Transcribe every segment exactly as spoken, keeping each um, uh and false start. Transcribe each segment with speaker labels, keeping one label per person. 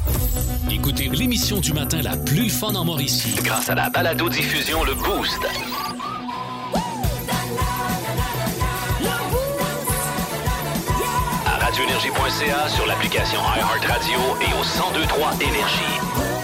Speaker 1: Écoutez l'émission du matin la plus fun en Mauricie grâce à la balado-diffusion Le Boost. À radio énergie point c a, sur l'application iHeartRadio et au cent deux trois Énergie.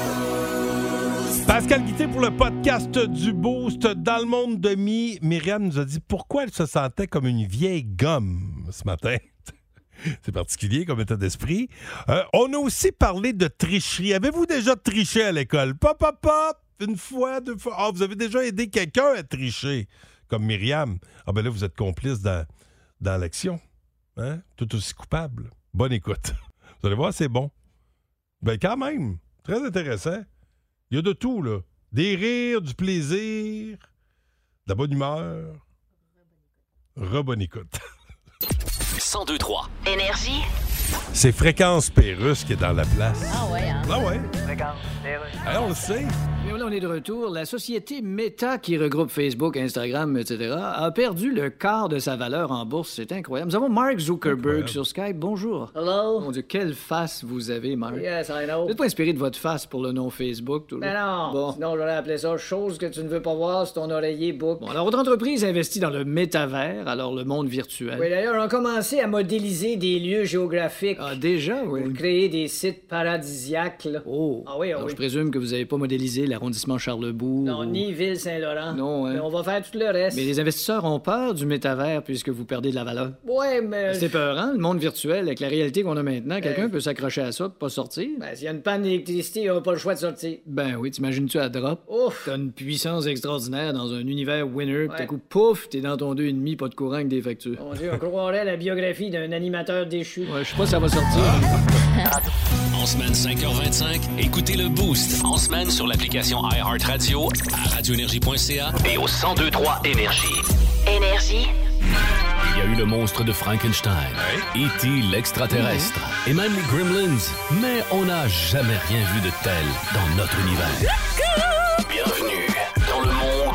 Speaker 2: Pascal Guité pour le podcast du Boost. Dans le monde de mi, Myriam nous a dit pourquoi elle se sentait comme une vieille gomme ce matin. C'est particulier comme état d'esprit. Euh, on a aussi parlé de tricherie. Avez-vous déjà triché à l'école? Pop, pop, pop! Une fois, deux fois. Ah, oh, vous avez déjà aidé quelqu'un à tricher, comme Myriam. Ah ben là, vous êtes complice dans, dans l'action. Hein? Tout aussi coupable. Bonne écoute. Vous allez voir, c'est bon. Ben quand même, très intéressant. Il y a de tout, là. Des rires, du plaisir, de la bonne humeur. Rebonne écoute.
Speaker 1: cent deux trois
Speaker 3: Énergie.
Speaker 2: C'est Fréquence Pérusse qui est dans la place.
Speaker 4: Ah ouais, hein?
Speaker 2: Ah ouais.
Speaker 5: Fréquence Pérusse.
Speaker 2: Ah, on le sait.
Speaker 5: Et là, on est de retour. La société Meta, qui regroupe Facebook, Instagram, et cetera, a perdu le quart de sa valeur en bourse. C'est incroyable. Nous avons Mark Zuckerberg incroyable. Sur Skype. Bonjour.
Speaker 6: Hello.
Speaker 5: Mon Dieu, quelle face vous avez, Mark.
Speaker 6: Yes, I know.
Speaker 5: Vous n'êtes pas inspiré de votre face pour le nom Facebook, tout
Speaker 6: Mais non.
Speaker 5: Bon.
Speaker 6: Sinon, j'aurais appelé ça « Chose que tu ne veux pas voir sur ton oreiller book ».
Speaker 5: Bon, alors, votre entreprise investit dans le métavers, alors le monde virtuel.
Speaker 6: Oui, d'ailleurs, on a commencé à modéliser des lieux géographiques.
Speaker 5: Ah, déjà, oui.
Speaker 6: Pour créer des sites paradisiaques, là.
Speaker 5: Oh.
Speaker 6: Ah oui, ah
Speaker 5: alors,
Speaker 6: oui.
Speaker 5: Je présume que vous n'avez pas modélisé l'arrondissement Charlebourg.
Speaker 6: Non,
Speaker 5: ou...
Speaker 6: ni Ville-Saint-Laurent.
Speaker 5: Non, hein.
Speaker 6: Mais on va faire tout le reste.
Speaker 5: Mais les investisseurs ont peur du métavers puisque vous perdez de la valeur.
Speaker 6: Ouais, mais...
Speaker 5: C'est peurant, le monde virtuel, avec la réalité qu'on a maintenant. Quelqu'un
Speaker 6: Euh...
Speaker 5: peut s'accrocher à ça et pas sortir.
Speaker 6: Ben, s'il y a une panne d'électricité, il n'y aura pas le choix de sortir.
Speaker 5: Ben oui, t'imagines-tu à drop?
Speaker 6: Ouf!
Speaker 5: T'as une puissance extraordinaire dans un univers winner, pis
Speaker 6: Ouais.
Speaker 5: t'as coup, pouf, t'es dans ton deux et demi, pas de courant avec des factures.
Speaker 6: Mon Dieu, on croirait la biographie d'un animateur déchu.
Speaker 5: Ouais, je sais pas si ça va sortir.
Speaker 1: En semaine cinq heures vingt-cinq, écoutez le Boost. En semaine sur l'application iHeartRadio, à radio énergie point c a et au cent deux trois Énergie.
Speaker 3: Énergie.
Speaker 1: Il y a eu le monstre de Frankenstein, E T l'extraterrestre, et même les Gremlins. Mais on n'a jamais rien vu de tel dans notre univers. Bienvenue dans le monde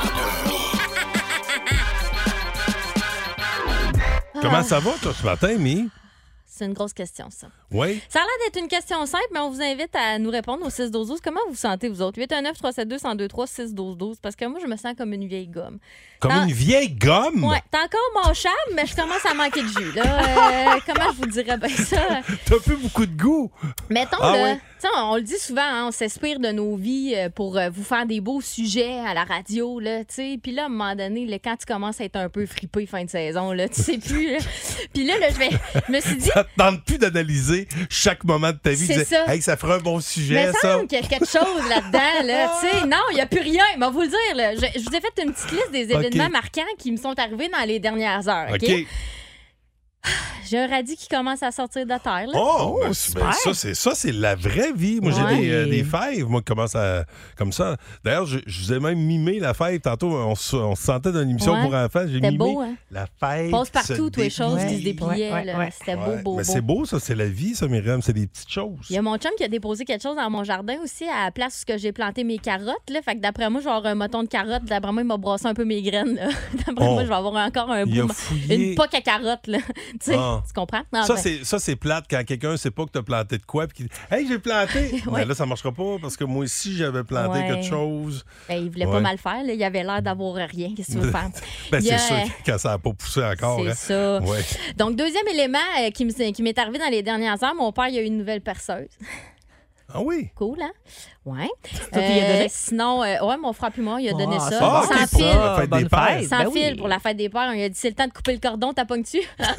Speaker 1: de Mi.
Speaker 2: Comment ça va, toi, ce matin, Mi?
Speaker 4: C'est une grosse question, ça.
Speaker 2: Oui.
Speaker 4: Ça a l'air d'être une question simple, mais on vous invite à nous répondre au six douze douze. Comment vous vous sentez, vous autres? huit un neuf trois sept deux un zéro deux trois six douze douze. Parce que moi, je me sens comme une vieille gomme.
Speaker 2: Comme
Speaker 4: Dans...
Speaker 2: une vieille gomme?
Speaker 4: Ouais, t'es encore manchable, mais je commence à manquer de jus. Là. Euh, comment je vous dirais bien ça?
Speaker 2: T'as plus beaucoup de goût.
Speaker 4: Mettons,
Speaker 2: Ah
Speaker 4: là,
Speaker 2: oui?
Speaker 4: t'sais, on, on le dit souvent, hein, on s'inspire de nos vies euh, pour euh, vous faire des beaux sujets à la radio. Là, t'sais. Puis là, à un moment donné, là, quand tu commences à être un peu fripé fin de saison, là, tu sais plus. Là. Puis là, là je, vais, je me suis dit...
Speaker 2: Ça te tente plus d'analyser chaque moment de ta vie.
Speaker 4: C'est
Speaker 2: Disais,
Speaker 4: ça.
Speaker 2: hey, ça ferait un bon sujet,
Speaker 4: Mais
Speaker 2: ça.
Speaker 4: semble qu'il y a quelque chose là-dedans, là, tu sais. Non, il n'y a plus rien. Mais on va vous le dire, là. Je, je vous ai fait une petite liste des événements
Speaker 2: OK.
Speaker 4: marquants qui me sont arrivés dans les dernières heures, OK?
Speaker 2: OK.
Speaker 4: J'ai un radis qui commence à sortir de terre, là.
Speaker 2: Oh, ben,
Speaker 7: super.
Speaker 2: ben, ça, c'est, ça, c'est la vraie vie. Moi,
Speaker 4: Ouais.
Speaker 2: j'ai des, euh, des fèves, moi, qui commencent à... comme ça. D'ailleurs, je, je vous ai même mimé la fève. Tantôt, on, se- on se sentait dans une émission
Speaker 4: Ouais.
Speaker 2: pour enfants. J'ai
Speaker 4: C'était
Speaker 2: mimé
Speaker 4: beau, hein?
Speaker 2: la fève.
Speaker 4: Passe
Speaker 2: qui
Speaker 4: partout,
Speaker 2: se
Speaker 4: toutes les choses qui se
Speaker 2: déplie.
Speaker 4: dépliaient,
Speaker 7: Ouais,
Speaker 4: là.
Speaker 7: ouais,
Speaker 4: C'était
Speaker 2: Ouais.
Speaker 4: beau, beau,
Speaker 2: Mais
Speaker 4: beau.
Speaker 2: c'est beau, ça. C'est la vie, ça, Myriam. C'est des petites choses.
Speaker 4: Il y a mon chum qui a déposé quelque chose dans mon jardin aussi, à la place où j'ai planté mes carottes. Là. Fait que d'après moi, je vais avoir un moton de carottes. D'après moi, il m'a brassé un peu mes graines. Là. D'après
Speaker 2: Oh.
Speaker 4: moi, je vais avoir encore un
Speaker 2: Il a
Speaker 4: bout.
Speaker 2: fouillé.
Speaker 4: Une poque à carottes. Là. Tu sais,
Speaker 2: Ah.
Speaker 4: tu comprends? Non,
Speaker 2: Ça,
Speaker 4: ben,
Speaker 2: c'est, ça, c'est plate quand quelqu'un ne sait pas que tu as planté de quoi. Puis qu'il dit hey, j'ai planté.
Speaker 4: Ouais.
Speaker 2: Ben là, ça ne marchera pas parce que moi aussi, j'avais planté
Speaker 4: Ouais.
Speaker 2: quelque chose.
Speaker 4: ben, il voulait
Speaker 2: Ouais.
Speaker 4: pas mal faire. Là. Il avait l'air d'avoir rien. Qu'est-ce que tu veux faire?
Speaker 2: Ben,
Speaker 4: Il y
Speaker 2: c'est
Speaker 4: a-
Speaker 2: sûr que quand ça n'a pas poussé encore.
Speaker 4: C'est
Speaker 2: hein.
Speaker 4: ça.
Speaker 2: Ouais.
Speaker 4: Donc, deuxième élément euh, qui, me- qui m'est arrivé dans les dernières heures, mon père, il a eu une nouvelle perceuse.
Speaker 2: Ah oui?
Speaker 4: Cool, hein? Ouais.
Speaker 7: toi qui lui as donné?
Speaker 4: Sinon, euh, ouais, mon frère puis moi, il a donné
Speaker 7: Ah,
Speaker 4: ça.
Speaker 2: Ah,
Speaker 4: Sans
Speaker 2: ok,
Speaker 4: fil.
Speaker 2: pour la fête
Speaker 7: Bonne
Speaker 2: des pères.
Speaker 7: fête.
Speaker 4: Sans
Speaker 7: Ben
Speaker 4: fil
Speaker 7: oui.
Speaker 4: pour la fête des pères. Il a dit c'est le temps de couper le cordon, t'as pognes-tu?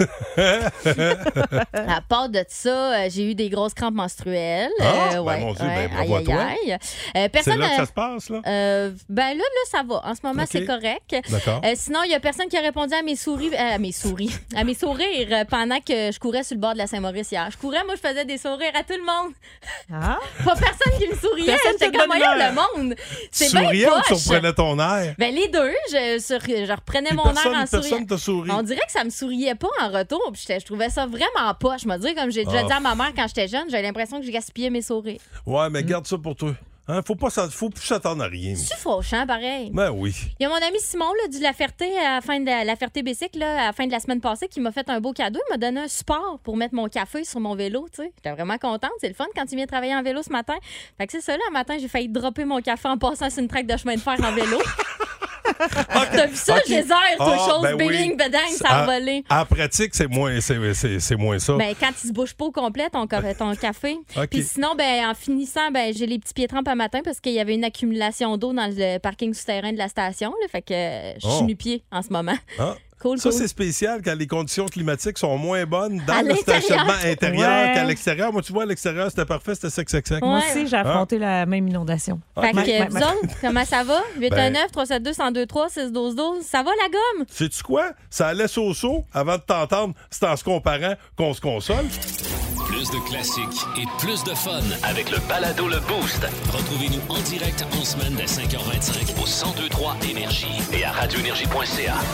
Speaker 4: À part de ça, euh, j'ai eu des grosses crampes menstruelles.
Speaker 2: Ah,
Speaker 4: Euh,
Speaker 2: ben,
Speaker 4: ouais,
Speaker 2: mon Dieu,
Speaker 4: ouais,
Speaker 2: ben, bravo
Speaker 4: aïe,
Speaker 2: à toi.
Speaker 4: aïe, aïe. Euh,
Speaker 2: C'est
Speaker 4: personne.
Speaker 2: là que
Speaker 4: euh,
Speaker 2: ça se passe, là?
Speaker 4: euh, ben là, là, ça va. En ce moment,
Speaker 2: Ok.
Speaker 4: c'est correct.
Speaker 2: D'accord.
Speaker 4: Euh, sinon, il y a personne qui a répondu à mes souris, euh, à mes souris, à mes sourires euh, pendant que je courais sur le bord de la Saint-Maurice hier. Je courais, moi, je faisais des sourires à tout le monde.
Speaker 7: Ah?
Speaker 4: Pas personne qui me souriait.
Speaker 7: Personne
Speaker 4: J'étais
Speaker 7: te
Speaker 4: comme
Speaker 7: donne
Speaker 4: moyen
Speaker 7: l'heure.
Speaker 4: le monde. C'est
Speaker 2: Souriant
Speaker 4: bien
Speaker 2: ou tu
Speaker 4: poche.
Speaker 2: reprenais ton air?
Speaker 4: Ben les deux, je, sur- je reprenais
Speaker 2: Puis
Speaker 4: mon
Speaker 2: personne,
Speaker 4: air en souriant.
Speaker 2: personne t'a souri.
Speaker 4: On dirait que ça me souriait pas en retour. Puis j'étais- je trouvais ça vraiment poche. Je me dis, comme j'ai déjà
Speaker 2: Ah.
Speaker 4: dit à ma mère quand j'étais jeune, j'avais l'impression que je gaspillais mes sourires.
Speaker 2: Ouais, mais garde ça pour toi. Hein, faut pas s'en- faut plus s'attendre à rien.
Speaker 4: C'est fauchant, pareil.
Speaker 2: Ben oui.
Speaker 4: Il y a mon ami Simon là, du La Ferté, à la fin de la, la Ferté Bicycle, là, à la fin de la semaine passée, qui m'a fait un beau cadeau. Il m'a donné un support pour mettre mon café sur mon vélo. Tu sais. J'étais vraiment contente. C'est le fun quand il vient travailler en vélo ce matin. Fait que c'est ça, là, un matin, j'ai failli dropper mon café en passant sur une traque de chemin de fer en vélo. T'as vu ça,
Speaker 2: Ok.
Speaker 4: Geyser, toi,
Speaker 2: Ah,
Speaker 4: chose,
Speaker 2: ben oui.
Speaker 4: béling, bedang, ça a volé.
Speaker 2: En pratique, c'est moins, c'est, c'est, c'est moins ça.
Speaker 4: Ben, quand il se bouge pas au complet, ton, ca- ton café.
Speaker 2: Ok.
Speaker 4: Puis sinon, ben, en finissant, ben, j'ai les petits pieds trempes un matin parce qu'il y avait une accumulation d'eau dans le parking souterrain de la station. Là, fait que euh, je suis
Speaker 2: Oh.
Speaker 4: nu-pied en ce moment.
Speaker 2: Ah.
Speaker 4: Cool,
Speaker 2: Ça,
Speaker 4: cool.
Speaker 2: c'est spécial quand les conditions climatiques sont moins bonnes dans
Speaker 4: À
Speaker 2: le
Speaker 4: l'intérieur.
Speaker 2: stationnement intérieur
Speaker 7: Ouais.
Speaker 2: qu'à l'extérieur. Moi, tu vois, à l'extérieur, c'était parfait, c'était sec, sec, sec.
Speaker 7: Moi
Speaker 4: Ouais.
Speaker 7: aussi, j'ai affronté la même inondation.
Speaker 4: Fait que,
Speaker 2: Ok.
Speaker 4: euh, vous autres, comment ça va? huit un
Speaker 2: Ben-
Speaker 4: neuf, trois sept deux, un zéro deux trois, six un deux. Ça va, la gomme?
Speaker 2: Sais-tu quoi? Ça allait so-so avant de t'entendre. C'est en se comparant qu'on se console.
Speaker 1: Plus de classiques et plus de fun avec le balado Le Boost. Retrouvez-nous en direct en semaine dès cinq heures vingt-cinq au cent deux trois Énergie et à radioénergie point c a.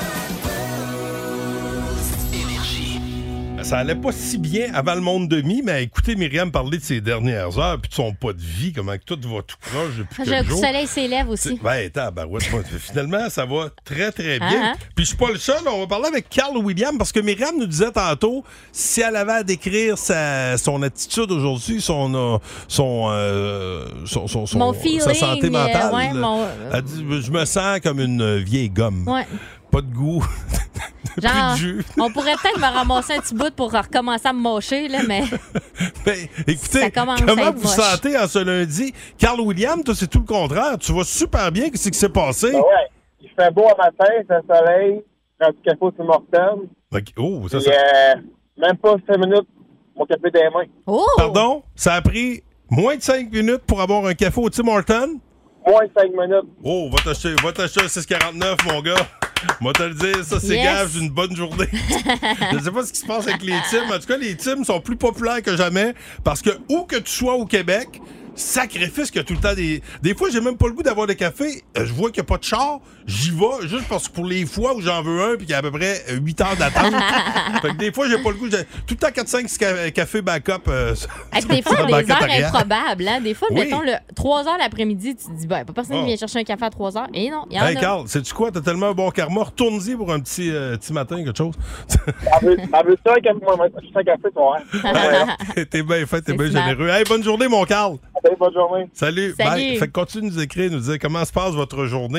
Speaker 1: Énergie.
Speaker 2: Ça allait pas si bien avant le monde de mi, mais écoutez Myriam parler de ses dernières heures puis de son pas de vie, comment que tout va tout croche depuis
Speaker 4: J'ai un
Speaker 2: quelques
Speaker 4: coup de
Speaker 2: jours.
Speaker 4: soleil s'élève aussi.
Speaker 2: C'est- Ben, tabarouette, moi, finalement, ça va très, très bien.
Speaker 4: Ah, ah.
Speaker 2: Puis je suis pas le seul. On va parler avec Carl William parce que Myriam nous disait tantôt si elle avait à décrire sa, son attitude aujourd'hui, son, euh, son, euh, son, son, son-
Speaker 4: Mon
Speaker 2: sa
Speaker 4: feeling,
Speaker 2: santé
Speaker 4: euh,
Speaker 2: mentale.
Speaker 4: ouais, mon-
Speaker 2: Elle dit, je me sens comme une vieille gomme.
Speaker 4: Ouais.
Speaker 2: Pas de goût. Plus
Speaker 4: Genre,
Speaker 2: de jus.
Speaker 4: on pourrait peut-être me ramasser un petit bout pour recommencer à me mocher, là, mais
Speaker 2: Ben, écoutez,
Speaker 4: Ça commence à
Speaker 2: comment
Speaker 4: être
Speaker 2: vous
Speaker 4: moche.
Speaker 2: sentez en ce lundi? Carl William, toi, c'est tout le contraire. Tu vas super bien. Qu'est-ce qui s'est passé?
Speaker 3: Ben ouais, il fait beau à matin, il fait soleil, je prends du café au Tim Hortons,
Speaker 2: Ok. Oh, ça,
Speaker 3: puis
Speaker 2: ça...
Speaker 3: euh, même pas cinq minutes, mon café des mains.
Speaker 4: oh!
Speaker 2: Pardon? Ça a pris moins de cinq minutes pour avoir un café au Tim Hortons?
Speaker 3: Moins de cinq minutes.
Speaker 2: Oh, va t'acheter, va t'acheter un six quarante-neuf, mon gars. Moi, te le dire, ça, c'est
Speaker 4: Yes.
Speaker 2: gage d'une bonne journée. Je sais pas ce qui se passe avec les Tims. En tout cas, les Tims sont plus populaires que jamais parce que où que tu sois au Québec, sacrifice qu'il y a tout le temps des... Des fois, j'ai même pas le goût d'avoir des cafés. Euh, Je vois qu'il n'y a pas de char. J'y vais juste parce que pour les fois où j'en veux un puis qu'il y a à peu près huit heures d'attente. Fait que des fois, j'ai pas le goût. J'ai tout le temps quatre cinq cafés backup. Euh,
Speaker 4: Avec des fois,
Speaker 2: sur
Speaker 4: les
Speaker 2: la
Speaker 4: heures
Speaker 2: banquette arrière.
Speaker 4: improbables. Hein? Des fois,
Speaker 2: Oui.
Speaker 4: mettons, le trois heures l'après-midi, tu te dis, ben, pas personne
Speaker 2: Oh.
Speaker 4: qui vient chercher un café à trois heures. Et non, il y en
Speaker 2: Hey,
Speaker 4: a.
Speaker 2: Carl, sais-tu quoi? T'as tellement un bon karma. Retourne-y pour un petit, euh, petit matin, quelque chose.
Speaker 3: Elle veut, elle veut ça, un café, moi, juste un café, toi, hein?
Speaker 2: T'es bien fait, t'es
Speaker 4: C'est
Speaker 2: bien
Speaker 4: smart.
Speaker 2: généreux. Hey, bonne journée, mon Carl.
Speaker 3: Allez, bonne journée.
Speaker 2: Salut.
Speaker 4: Salut.
Speaker 2: Bye. Fait que continue de nous écrire, nous dire comment se passe votre journée.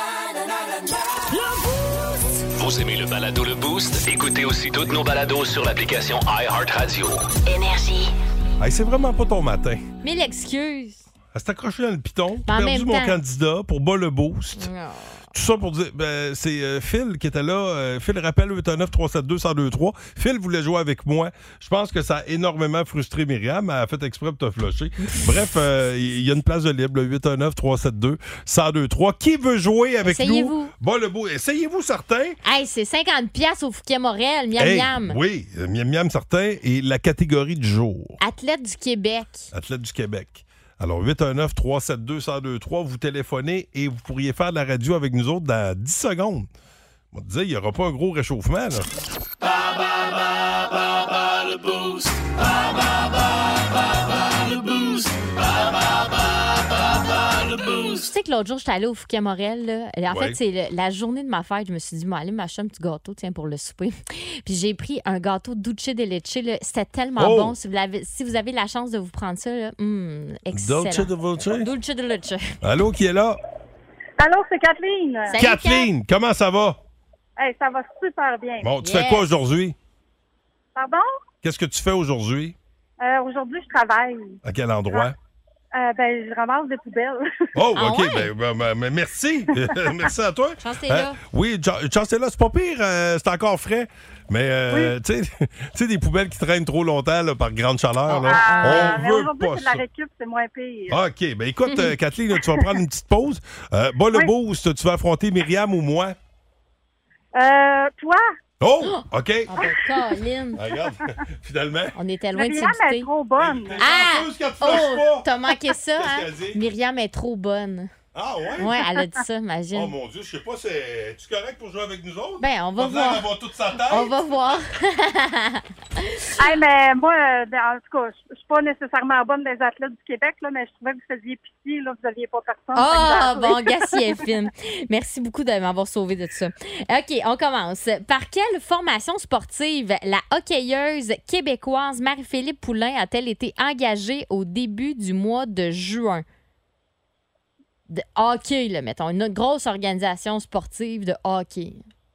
Speaker 1: Vous aimez le balado Le Boost? Écoutez aussi toutes nos balados sur l'application iHeartRadio.
Speaker 8: Énergie.
Speaker 2: Hey, c'est vraiment pas ton matin.
Speaker 4: Mille excuses.
Speaker 2: Elle s'est accrochée dans le piton.
Speaker 4: En
Speaker 2: Perdu
Speaker 4: même
Speaker 2: mon
Speaker 4: temps.
Speaker 2: candidat pour bas le boost.
Speaker 4: Oh.
Speaker 2: Tout ça pour dire, ben, c'est euh, Phil qui était là. Euh, Phil rappelle huit un neuf, trois sept deux, un zéro deux trois. Phil voulait jouer avec moi. Je pense que ça a énormément frustré Myriam. Elle a fait exprès pour te flusher. Bref, euh, il y a une place de libre, le huit un neuf, trois sept deux, un zéro deux trois. Qui veut jouer avec
Speaker 4: Essayez-vous.
Speaker 2: nous? Bas le boost. Essayez-vous certains.
Speaker 4: Hey, c'est cinquante piastres au Fouquet Morel, miam
Speaker 2: Hey,
Speaker 4: miam.
Speaker 2: oui, euh, miam miam certain. Et la catégorie du jour.
Speaker 4: Athlète du Québec.
Speaker 2: Athlète du Québec. Alors, huit un neuf, trois sept deux, un zéro deux trois, vous téléphonez et vous pourriez faire de la radio avec nous autres dans dix secondes. On va te dire, il n'y aura pas un gros réchauffement, là.
Speaker 4: Tu sais que l'autre jour, j'étais allée au Fouquet Morel. Là. En
Speaker 2: Ouais.
Speaker 4: fait, c'est le- la journée de ma fête. Je me suis dit, moi, allez m'acheter un petit gâteau, tiens, pour le souper. Puis j'ai pris un gâteau Dulce de Leche. là. C'était tellement
Speaker 2: Oh!
Speaker 4: bon. Si vous, l'avez- si vous avez la chance de vous prendre ça, là, hum, excellent.
Speaker 2: Dolce de Volce?
Speaker 4: Dulce de Leche.
Speaker 2: Allô, qui est là?
Speaker 9: Allô, c'est Kathleen.
Speaker 4: Salut,
Speaker 2: Kathleen, comment ça va?
Speaker 9: Hey, ça va super bien.
Speaker 2: Bon, tu
Speaker 4: Yes.
Speaker 2: fais quoi aujourd'hui?
Speaker 9: Pardon?
Speaker 2: Qu'est-ce que tu fais aujourd'hui?
Speaker 9: Euh, aujourd'hui, je travaille.
Speaker 2: À quel endroit?
Speaker 9: Euh, ben, je ramasse des poubelles.
Speaker 2: Oh,
Speaker 4: Ah
Speaker 2: OK.
Speaker 4: ouais?
Speaker 2: Ben, ben, ben, ben, merci. Merci à toi.
Speaker 4: Chance, t'es là.
Speaker 2: Oui, Ch- Chance, t'es là. C'est pas pire. euh, c'est encore frais. Mais, euh, tu sais- tu sais, des poubelles qui traînent trop longtemps là, par grande chaleur, là,
Speaker 9: Ah,
Speaker 2: on
Speaker 9: mais
Speaker 2: veut
Speaker 9: aujourd'hui,
Speaker 2: pas
Speaker 9: c'est de la
Speaker 2: ça.
Speaker 9: récup, c'est moins pire.
Speaker 2: OK. Ben écoute, euh, Kathleen, tu vas prendre une petite pause. Euh, bas le
Speaker 9: Oui.
Speaker 2: boost, tu vas affronter Myriam ou moi?
Speaker 9: Euh, toi,
Speaker 2: Oh! OK.
Speaker 4: Ah ben, Colin.
Speaker 2: Ah, regarde, finalement.
Speaker 4: On était loin de
Speaker 9: Myriam est
Speaker 4: s'écouter.
Speaker 9: trop bonne.
Speaker 2: T'es
Speaker 4: Ah!
Speaker 2: chanceuse quand tu
Speaker 4: Oh,
Speaker 2: flushes pas.
Speaker 4: t'as manqué ça,
Speaker 2: Qu'est-ce
Speaker 4: hein?
Speaker 2: qu'elle dit?
Speaker 4: Myriam est trop bonne.
Speaker 2: Ah ouais?
Speaker 4: Ouais, elle a dit ça, imagine.
Speaker 2: Oh mon Dieu, je sais pas, c'est... Es-tu correct pour jouer avec nous autres?
Speaker 4: Ben, on va
Speaker 2: Pas
Speaker 4: voir.
Speaker 2: besoin d'avoir toute sa tête?
Speaker 4: On va voir.
Speaker 9: Hey, mais moi, euh, en tout cas, je suis pas nécessairement bonne des athlètes du Québec, là, mais je trouvais que vous faisiez pitié, là, vous n'aviez pas personne.
Speaker 4: Ah, oh, bon, Gassi est fine. Merci beaucoup de m'avoir sauvé de ça. OK, on commence. Par quelle formation sportive la hockeyeuse québécoise Marie-Philippe Poulin a-t-elle été engagée au début du mois de juin? De hockey, là, mettons. Une grosse organisation sportive de hockey.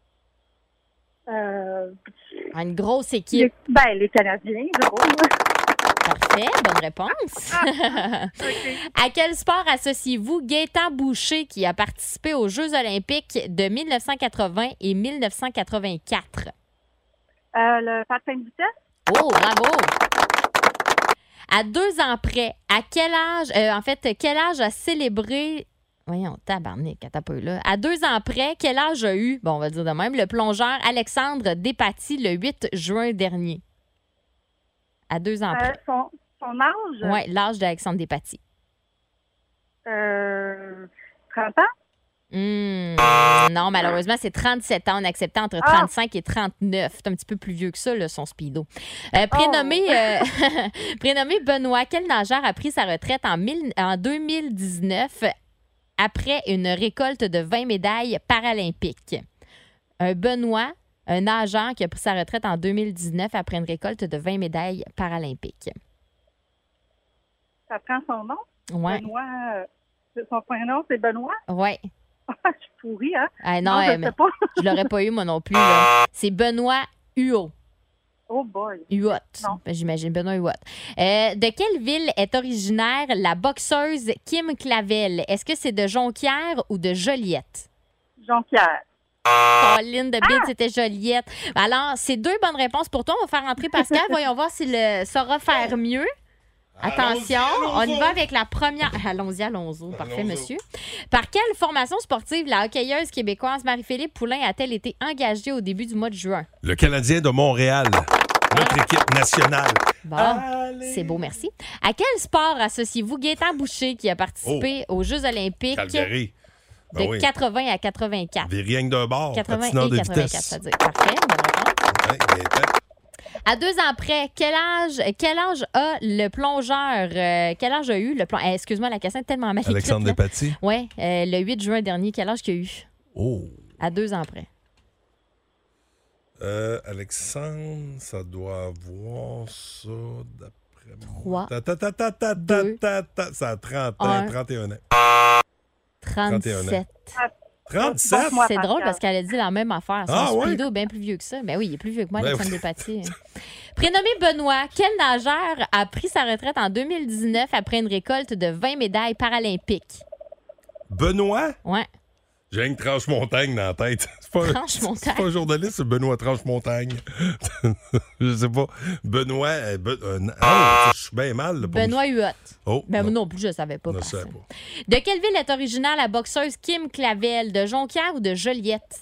Speaker 9: Euh,
Speaker 4: Une grosse équipe.
Speaker 9: Les, ben, les Canadiens, je crois.
Speaker 4: Parfait, bonne réponse. Okay. À quel sport associez-vous Gaétan Boucher qui a participé aux Jeux olympiques de mille neuf cent quatre-vingts et mille neuf cent quatre-vingt-quatre?
Speaker 9: Euh, le patin de vitesse.
Speaker 4: Oh, bravo! À deux ans près, à quel âge, euh, en fait, quel âge a célébré... Voyons, tabarnak, attends un peu là. À deux ans près, quel âge a eu, bon, on va dire de même, le plongeur Alexandre Despatie le huit juin dernier? À deux ans près.
Speaker 9: Euh, son, son âge?
Speaker 4: Oui, l'âge d'Alexandre Despatie.
Speaker 9: Euh, trente ans?
Speaker 4: Mmh, non, malheureusement, c'est trente-sept ans. On acceptait entre trente-cinq ah. et trente-neuf. C'est un petit peu plus vieux que ça, là, son speedo. Euh, prénommé, oh. euh, prénommé Benoît, quel nageur a pris sa retraite en, mille, en deux mille dix-neuf après une récolte de vingt médailles paralympiques? Un Benoît, un nageur qui a pris sa retraite en deux mille dix-neuf après une récolte de vingt médailles paralympiques.
Speaker 9: Ça prend son nom?
Speaker 4: Oui.
Speaker 9: Benoît, euh, son prénom, c'est Benoît?
Speaker 4: Oui.
Speaker 9: Je suis pourrie, hein?
Speaker 4: Ah, non,
Speaker 9: non, je
Speaker 4: mais
Speaker 9: sais pas.
Speaker 4: Je l'aurais pas eu, moi non plus. Là. C'est Benoît Huot.
Speaker 9: Oh boy.
Speaker 4: Huot. Ben, j'imagine, Benoît Huot. Euh, de quelle ville est originaire la boxeuse Kim Clavel? Est-ce que c'est de Jonquière ou de Joliette?
Speaker 9: Jonquière.
Speaker 4: Pauline de Bide, ah! C'était Joliette. Alors, c'est deux bonnes réponses pour toi. On va faire rentrer Pascal. Voyons voir s'il euh, saura faire mieux. Attention,
Speaker 2: allons-y, allons-y.
Speaker 4: On y va avec la première. Allons-y, allons-y. Parfait, allons-y. Monsieur. Par quelle formation sportive la hockeyeuse québécoise Marie-Philippe Poulin a-t-elle été engagée au début du mois de juin?
Speaker 2: Le Canadien de Montréal. Notre équipe nationale.
Speaker 4: Bon, allez. C'est beau, merci. À quel sport associez-vous Gaétan Boucher qui a participé oh. aux Jeux olympiques
Speaker 2: Calgary. Ben
Speaker 4: de oui. quatre-vingts à quatre-vingt-quatre?
Speaker 2: Des rien que d'un bord.
Speaker 4: quatre-vingts et
Speaker 2: de
Speaker 4: quatre-vingt-quatre,
Speaker 2: vitesse.
Speaker 4: ça veut dire. Parfait, bonne réponse.
Speaker 2: Ouais,
Speaker 4: à deux ans près, quel âge, quel âge a le plongeur, euh, quel âge a eu le plongeur, eh, excuse-moi, la question est tellement mal écrite.
Speaker 2: Alexandre Despatie?
Speaker 4: Oui, euh, le huit juin dernier, quel âge qu'il a eu?
Speaker 2: Oh!
Speaker 4: À deux ans près.
Speaker 2: Euh, Alexandre, ça doit avoir ça d'après
Speaker 4: moi.
Speaker 2: trois. Ta, ta, ta, ta, ta, ta, ta, ça a trente ans, trente et un ans.
Speaker 4: trente-sept.
Speaker 2: trente-sept?
Speaker 4: C'est drôle parce qu'elle a dit la même affaire. Son
Speaker 2: ah,
Speaker 4: speedo
Speaker 2: ouais?
Speaker 4: est bien plus vieux que ça. Ben oui, il est plus vieux que moi,
Speaker 2: ben
Speaker 4: Alexandre
Speaker 2: oui.
Speaker 4: Despatie. Prénommé Benoît, quel nageur a pris sa retraite en deux mille dix-neuf après une récolte de vingt médailles paralympiques?
Speaker 2: Benoît?
Speaker 4: Ouais.
Speaker 2: J'ai une Tranche-Montagne dans la tête. C'est pas,
Speaker 4: Tranche-Montagne.
Speaker 2: C'est pas un journaliste, c'est Benoît Tranche-Montagne. Je sais pas. Benoît... Euh, ben, euh, oh, je suis bien mal. Là,
Speaker 4: Benoît Huot.
Speaker 2: Oh,
Speaker 4: ben
Speaker 2: non.
Speaker 4: non plus, je savais pas.
Speaker 2: Je savais pas.
Speaker 4: De quelle ville est originaire la boxeuse Kim Clavel? De Jonquière ou de Joliette?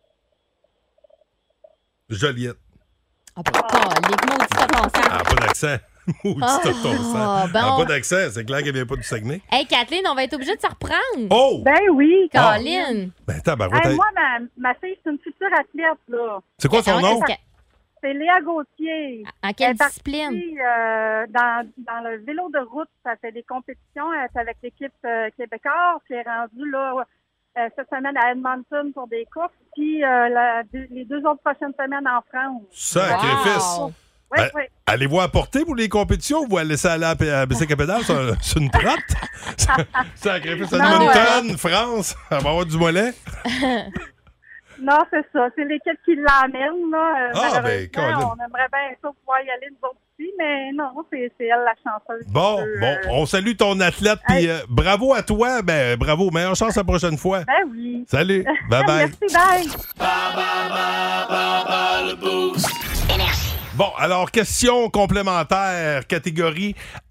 Speaker 2: Joliette.
Speaker 4: Ah, ben, les maudits de ton sang.
Speaker 2: Ah, pas d'accent. Maudit de ton sang.
Speaker 4: bon.
Speaker 2: Ah, pas d'accent. C'est clair qu'elle vient pas du Saguenay.
Speaker 4: Hey, Kathleen, on va être obligé de se reprendre.
Speaker 2: Oh!
Speaker 9: Ben oui.
Speaker 4: Caroline.
Speaker 2: Ah. Ben, tabarouette.
Speaker 9: Hey, moi, ma, ma fille, c'est une future athlète, là.
Speaker 2: C'est quoi son nom?
Speaker 4: Que...
Speaker 9: C'est Léa Gauthier.
Speaker 4: En quelle
Speaker 9: elle
Speaker 4: discipline?
Speaker 9: Partie, euh, dans, dans le vélo de route, ça fait des compétitions. Elle est avec l'équipe euh, québécoise qui est rendue là euh, cette semaine à Edmonton pour des courses, puis euh, la, les deux autres prochaines semaines en France.
Speaker 2: Sacrifice!
Speaker 9: Wow. Oui,
Speaker 2: Euh,
Speaker 9: oui.
Speaker 2: Allez-vous apporter pour les compétitions ou vous allez laisser aller à, à Bicycle Pédale? C'est, un, c'est une trotte? Sacrifice Edmonton, France. Elle va avoir du mollet.
Speaker 9: Non, c'est ça. C'est l'équipe qui l'emmène. Là.
Speaker 2: Ah, ben, Colin.
Speaker 9: On aimerait bien ça pouvoir y aller nous autres aussi, mais non, c'est, c'est elle la chanceuse.
Speaker 2: Bon,
Speaker 9: peut,
Speaker 2: bon,
Speaker 9: euh...
Speaker 2: on salue ton athlète, puis
Speaker 9: hey.
Speaker 2: euh, bravo à toi. Ben, bravo. Meilleure chance la prochaine fois.
Speaker 9: Ben oui.
Speaker 2: Salut. Bye-bye.
Speaker 9: Merci, bye.
Speaker 1: Ba, ba, ba, ba, ba, le boost.
Speaker 2: Bon, alors, question complémentaire, catégorie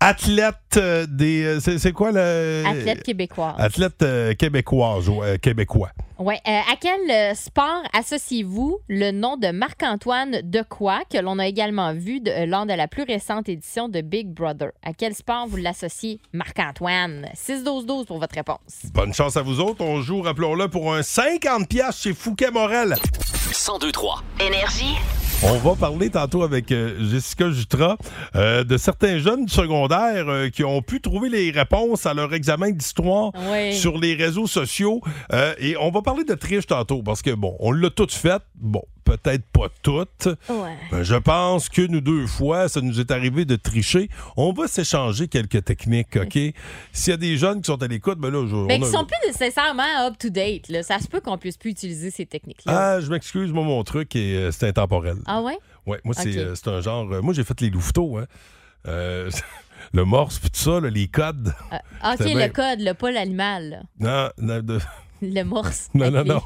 Speaker 2: athlète euh, des... euh, c'est, c'est quoi le...
Speaker 4: Athlète québécoise.
Speaker 2: Athlète euh, québécoise ou euh, québécois.
Speaker 4: Oui. Euh, à quel euh, sport associez-vous le nom de Marc-Antoine Dequoy, que l'on a également vu de, euh, lors de la plus récente édition de Big Brother? À quel sport vous l'associez, Marc-Antoine? six douze douze pour votre réponse.
Speaker 2: Bonne chance à vous autres. On joue, rappelons-le, pour un cinquante piastres chez Fouquet Morel.
Speaker 1: cent deux trois.
Speaker 8: Énergie.
Speaker 2: On va parler tantôt avec euh, Jessica Jutra euh, de certains jeunes du secondaire euh, qui ont pu trouver les réponses à leur examen d'histoire
Speaker 4: Oui.
Speaker 2: sur les réseaux sociaux. Euh, et on va parler de triche tantôt parce que, bon, on l'a toutes faites. Bon, peut-être pas toutes.
Speaker 4: Ouais.
Speaker 2: Ben, je pense qu'une ou deux fois, ça nous est arrivé de tricher. On va s'échanger quelques techniques, OK? S'il y a des jeunes qui sont à l'écoute, ben là, je...
Speaker 4: Mais
Speaker 2: on
Speaker 4: qui
Speaker 2: a-
Speaker 4: sont plus nécessairement up-to-date. Là. Ça se peut qu'on puisse plus utiliser ces techniques-là.
Speaker 2: Ah, je m'excuse, moi, mon truc, est, euh, c'est intemporel.
Speaker 4: Ah ouais?
Speaker 2: Ouais, moi, c'est,
Speaker 4: Ok.
Speaker 2: euh, c'est un genre... euh, moi, j'ai fait les louveteaux, hein. Euh, le morse, puis tout ça, là, les codes.
Speaker 4: Euh, ah, OK,
Speaker 2: C'était
Speaker 4: le
Speaker 2: bien.
Speaker 4: code, là, pas l'animal. là.
Speaker 2: Non, non, de-
Speaker 4: Le morse.
Speaker 2: non, non,
Speaker 4: Avec les-
Speaker 2: non.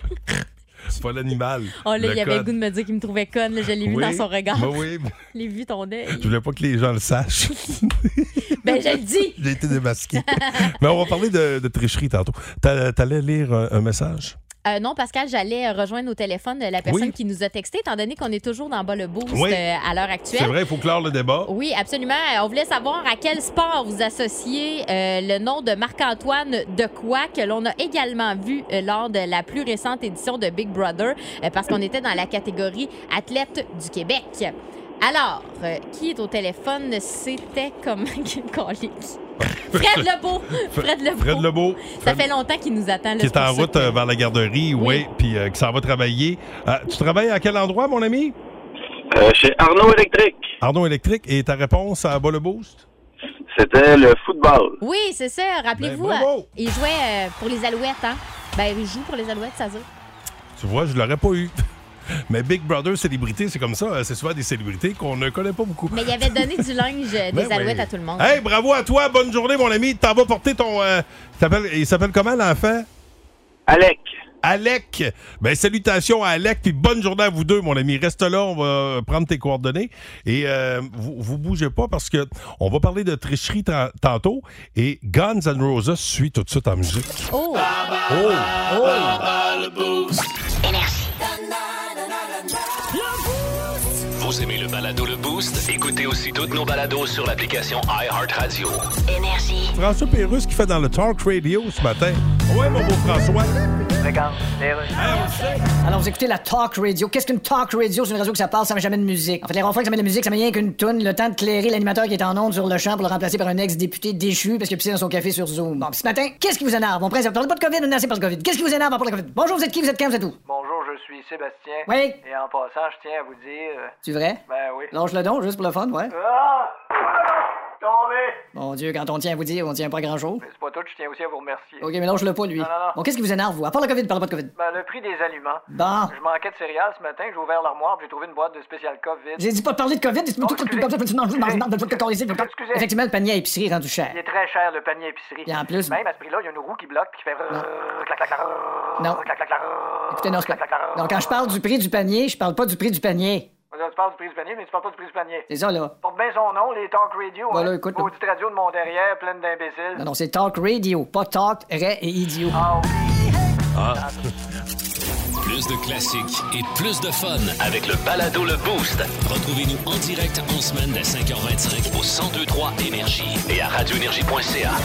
Speaker 2: C'est pas l'animal.
Speaker 4: Oh là,
Speaker 2: Le
Speaker 4: il avait le
Speaker 2: code.
Speaker 4: goût de me dire qu'il me trouvait conne. Là. Je l'ai vu
Speaker 2: Oui,
Speaker 4: dans son regard.
Speaker 2: ben oui,
Speaker 4: Je l'ai vu ton œil.
Speaker 2: je voulais pas que les gens le sachent.
Speaker 4: Ben, je le dis.
Speaker 2: J'ai été démasqué. Mais on va parler de, de tricherie tantôt. T'a- T'allais lire un, un message?
Speaker 4: Euh, non, Pascal, j'allais euh, rejoindre au téléphone la personne
Speaker 2: Oui.
Speaker 4: qui nous a texté, étant donné qu'on est toujours dans bas le boost
Speaker 2: Oui.
Speaker 4: euh, à l'heure actuelle.
Speaker 2: C'est vrai, il faut clore le débat.
Speaker 4: Oui, absolument. On voulait savoir à quel sport vous associez euh, le nom de Marc-Antoine Dequoy, que l'on a également vu euh, lors de la plus récente édition de Big Brother, euh, parce qu'on était dans la catégorie athlète du Québec. Alors, euh, qui est au téléphone? C'était comme... Colique. Fred Lebeau! Fred Lebeau.
Speaker 2: Fred Lebeau.
Speaker 4: Ça
Speaker 2: Fred-
Speaker 4: fait longtemps qu'il nous attend. là,
Speaker 2: Qui
Speaker 4: c'est
Speaker 2: est en
Speaker 4: pour ça
Speaker 2: route
Speaker 4: que-
Speaker 2: euh, vers la garderie, oui,
Speaker 4: Oui.
Speaker 2: puis euh, qui s'en va travailler. Euh, tu travailles à quel endroit, mon ami?
Speaker 3: Euh, chez Arnaud Électrique.
Speaker 2: Arnaud Électrique. Et ta réponse à Bas le Boost?
Speaker 3: C'était le football.
Speaker 4: Oui, c'est ça. Rappelez-vous,
Speaker 2: Ben, bravo.
Speaker 4: euh, il jouait euh, pour les Alouettes, hein? Ben, il joue pour les Alouettes, ça veut.
Speaker 2: Tu vois, je l'aurais pas eu. Mais Big Brother célébrité, c'est comme ça. euh, C'est souvent des célébrités qu'on ne connaît pas beaucoup.
Speaker 4: Mais il avait donné du linge euh, des
Speaker 2: Ben oui.
Speaker 4: Alouettes à tout le monde.
Speaker 2: Hey, bravo à toi. Bonne journée, mon ami. T'en vas porter ton... euh, il s'appelle- il s'appelle comment, l'enfant?
Speaker 3: Alec.
Speaker 2: Alec. Ben, salutations à Alec, puis bonne journée à vous deux, mon ami. Reste là, on va prendre tes coordonnées. Et euh, vous, vous bougez pas parce que on va parler de tricherie ta- tantôt. Et Guns N' Roses suit tout de suite en musique.
Speaker 4: Oh!
Speaker 2: Oh! Oh!
Speaker 1: Vous aimez le balado Le Boost? Écoutez aussi toutes nos balados sur l'application iHeartRadio.
Speaker 8: Énergie.
Speaker 2: François Pérusse qui fait dans le Talk Radio ce matin. Ouais, mon beau François.
Speaker 6: Alors, vous écoutez la Talk Radio. Qu'est-ce qu'une Talk Radio? C'est une radio que ça parle, ça met jamais de musique. En fait, les ronflants que ça met de musique, ça met rien qu'une toune, le temps de clairer l'animateur qui est en onde sur le champ pour le remplacer par un ex-député déchu parce qu'il a pissé dans son café sur Zoom. Bon, pis ce matin, qu'est-ce qui vous énerve? On presse, on parle pas de COVID, on est assez par le COVID. Qu'est-ce qui vous énerve à propos de la COVID? Bonjour, vous êtes qui? Vous êtes quand? Vous êtes où?
Speaker 10: Bonjour, je suis Sébastien.
Speaker 6: Oui?
Speaker 10: Et en passant, je tiens à vous dire... euh,
Speaker 6: Tu vrai?
Speaker 10: Ben oui.
Speaker 6: Lâche le don, juste pour le fun, ouais.
Speaker 10: Ah! Tombé!
Speaker 6: Mon Dieu, quand on tient à vous dire, on tient pas à grand-chose.
Speaker 10: Mais c'est pas tout, je tiens aussi à vous remercier.
Speaker 6: Ok, mais lâche-le pas, lui.
Speaker 10: Non, non, non.
Speaker 6: Bon, qu'est-ce qui vous énerve, vous? À part le COVID, parle pas de COVID.
Speaker 10: Ben, le prix des aliments.
Speaker 6: Bon.
Speaker 10: Je manquais de céréales ce matin, j'ai ouvert l'armoire, puis j'ai trouvé une boîte de spécial COVID.
Speaker 6: J'ai dit pas de parler de COVID,
Speaker 10: Oh, excusez. Excusez.
Speaker 6: Effectivement, le panier à épicerie est rendu cher.
Speaker 10: Il est très cher, le panier épicerie.
Speaker 6: Puis en plus-
Speaker 10: Même à ce prix-là, il y a une roue qui bloque, puis qui fait...
Speaker 6: Non.
Speaker 10: Clac, clac, clac,
Speaker 6: Non.
Speaker 10: clac, clac, clac.
Speaker 6: Écoutez, non, c'est
Speaker 10: Clac,
Speaker 6: pas...
Speaker 10: clac, clac.
Speaker 6: Donc, quand je parle du prix du panier, je parle pas du prix du panier.
Speaker 10: Tu parles du prix du panier, mais tu parles pas du prix du panier.
Speaker 6: C'est ça, là.
Speaker 10: Porte bien son nom, les talk radio.
Speaker 6: Ben là,
Speaker 10: hein.
Speaker 6: écoute,
Speaker 10: Maudite radio de mon derrière, pleine d'imbéciles.
Speaker 6: Non, non, c'est Talk Radio, pas Talk, Ray et Idiot.
Speaker 10: Ah, ok.
Speaker 1: Ah. Plus de classiques et plus de fun avec le balado Le Boost. Retrouvez-nous en direct en semaine dès cinq heures vingt-cinq au cent deux point trois Énergie et à radio énergie point c a.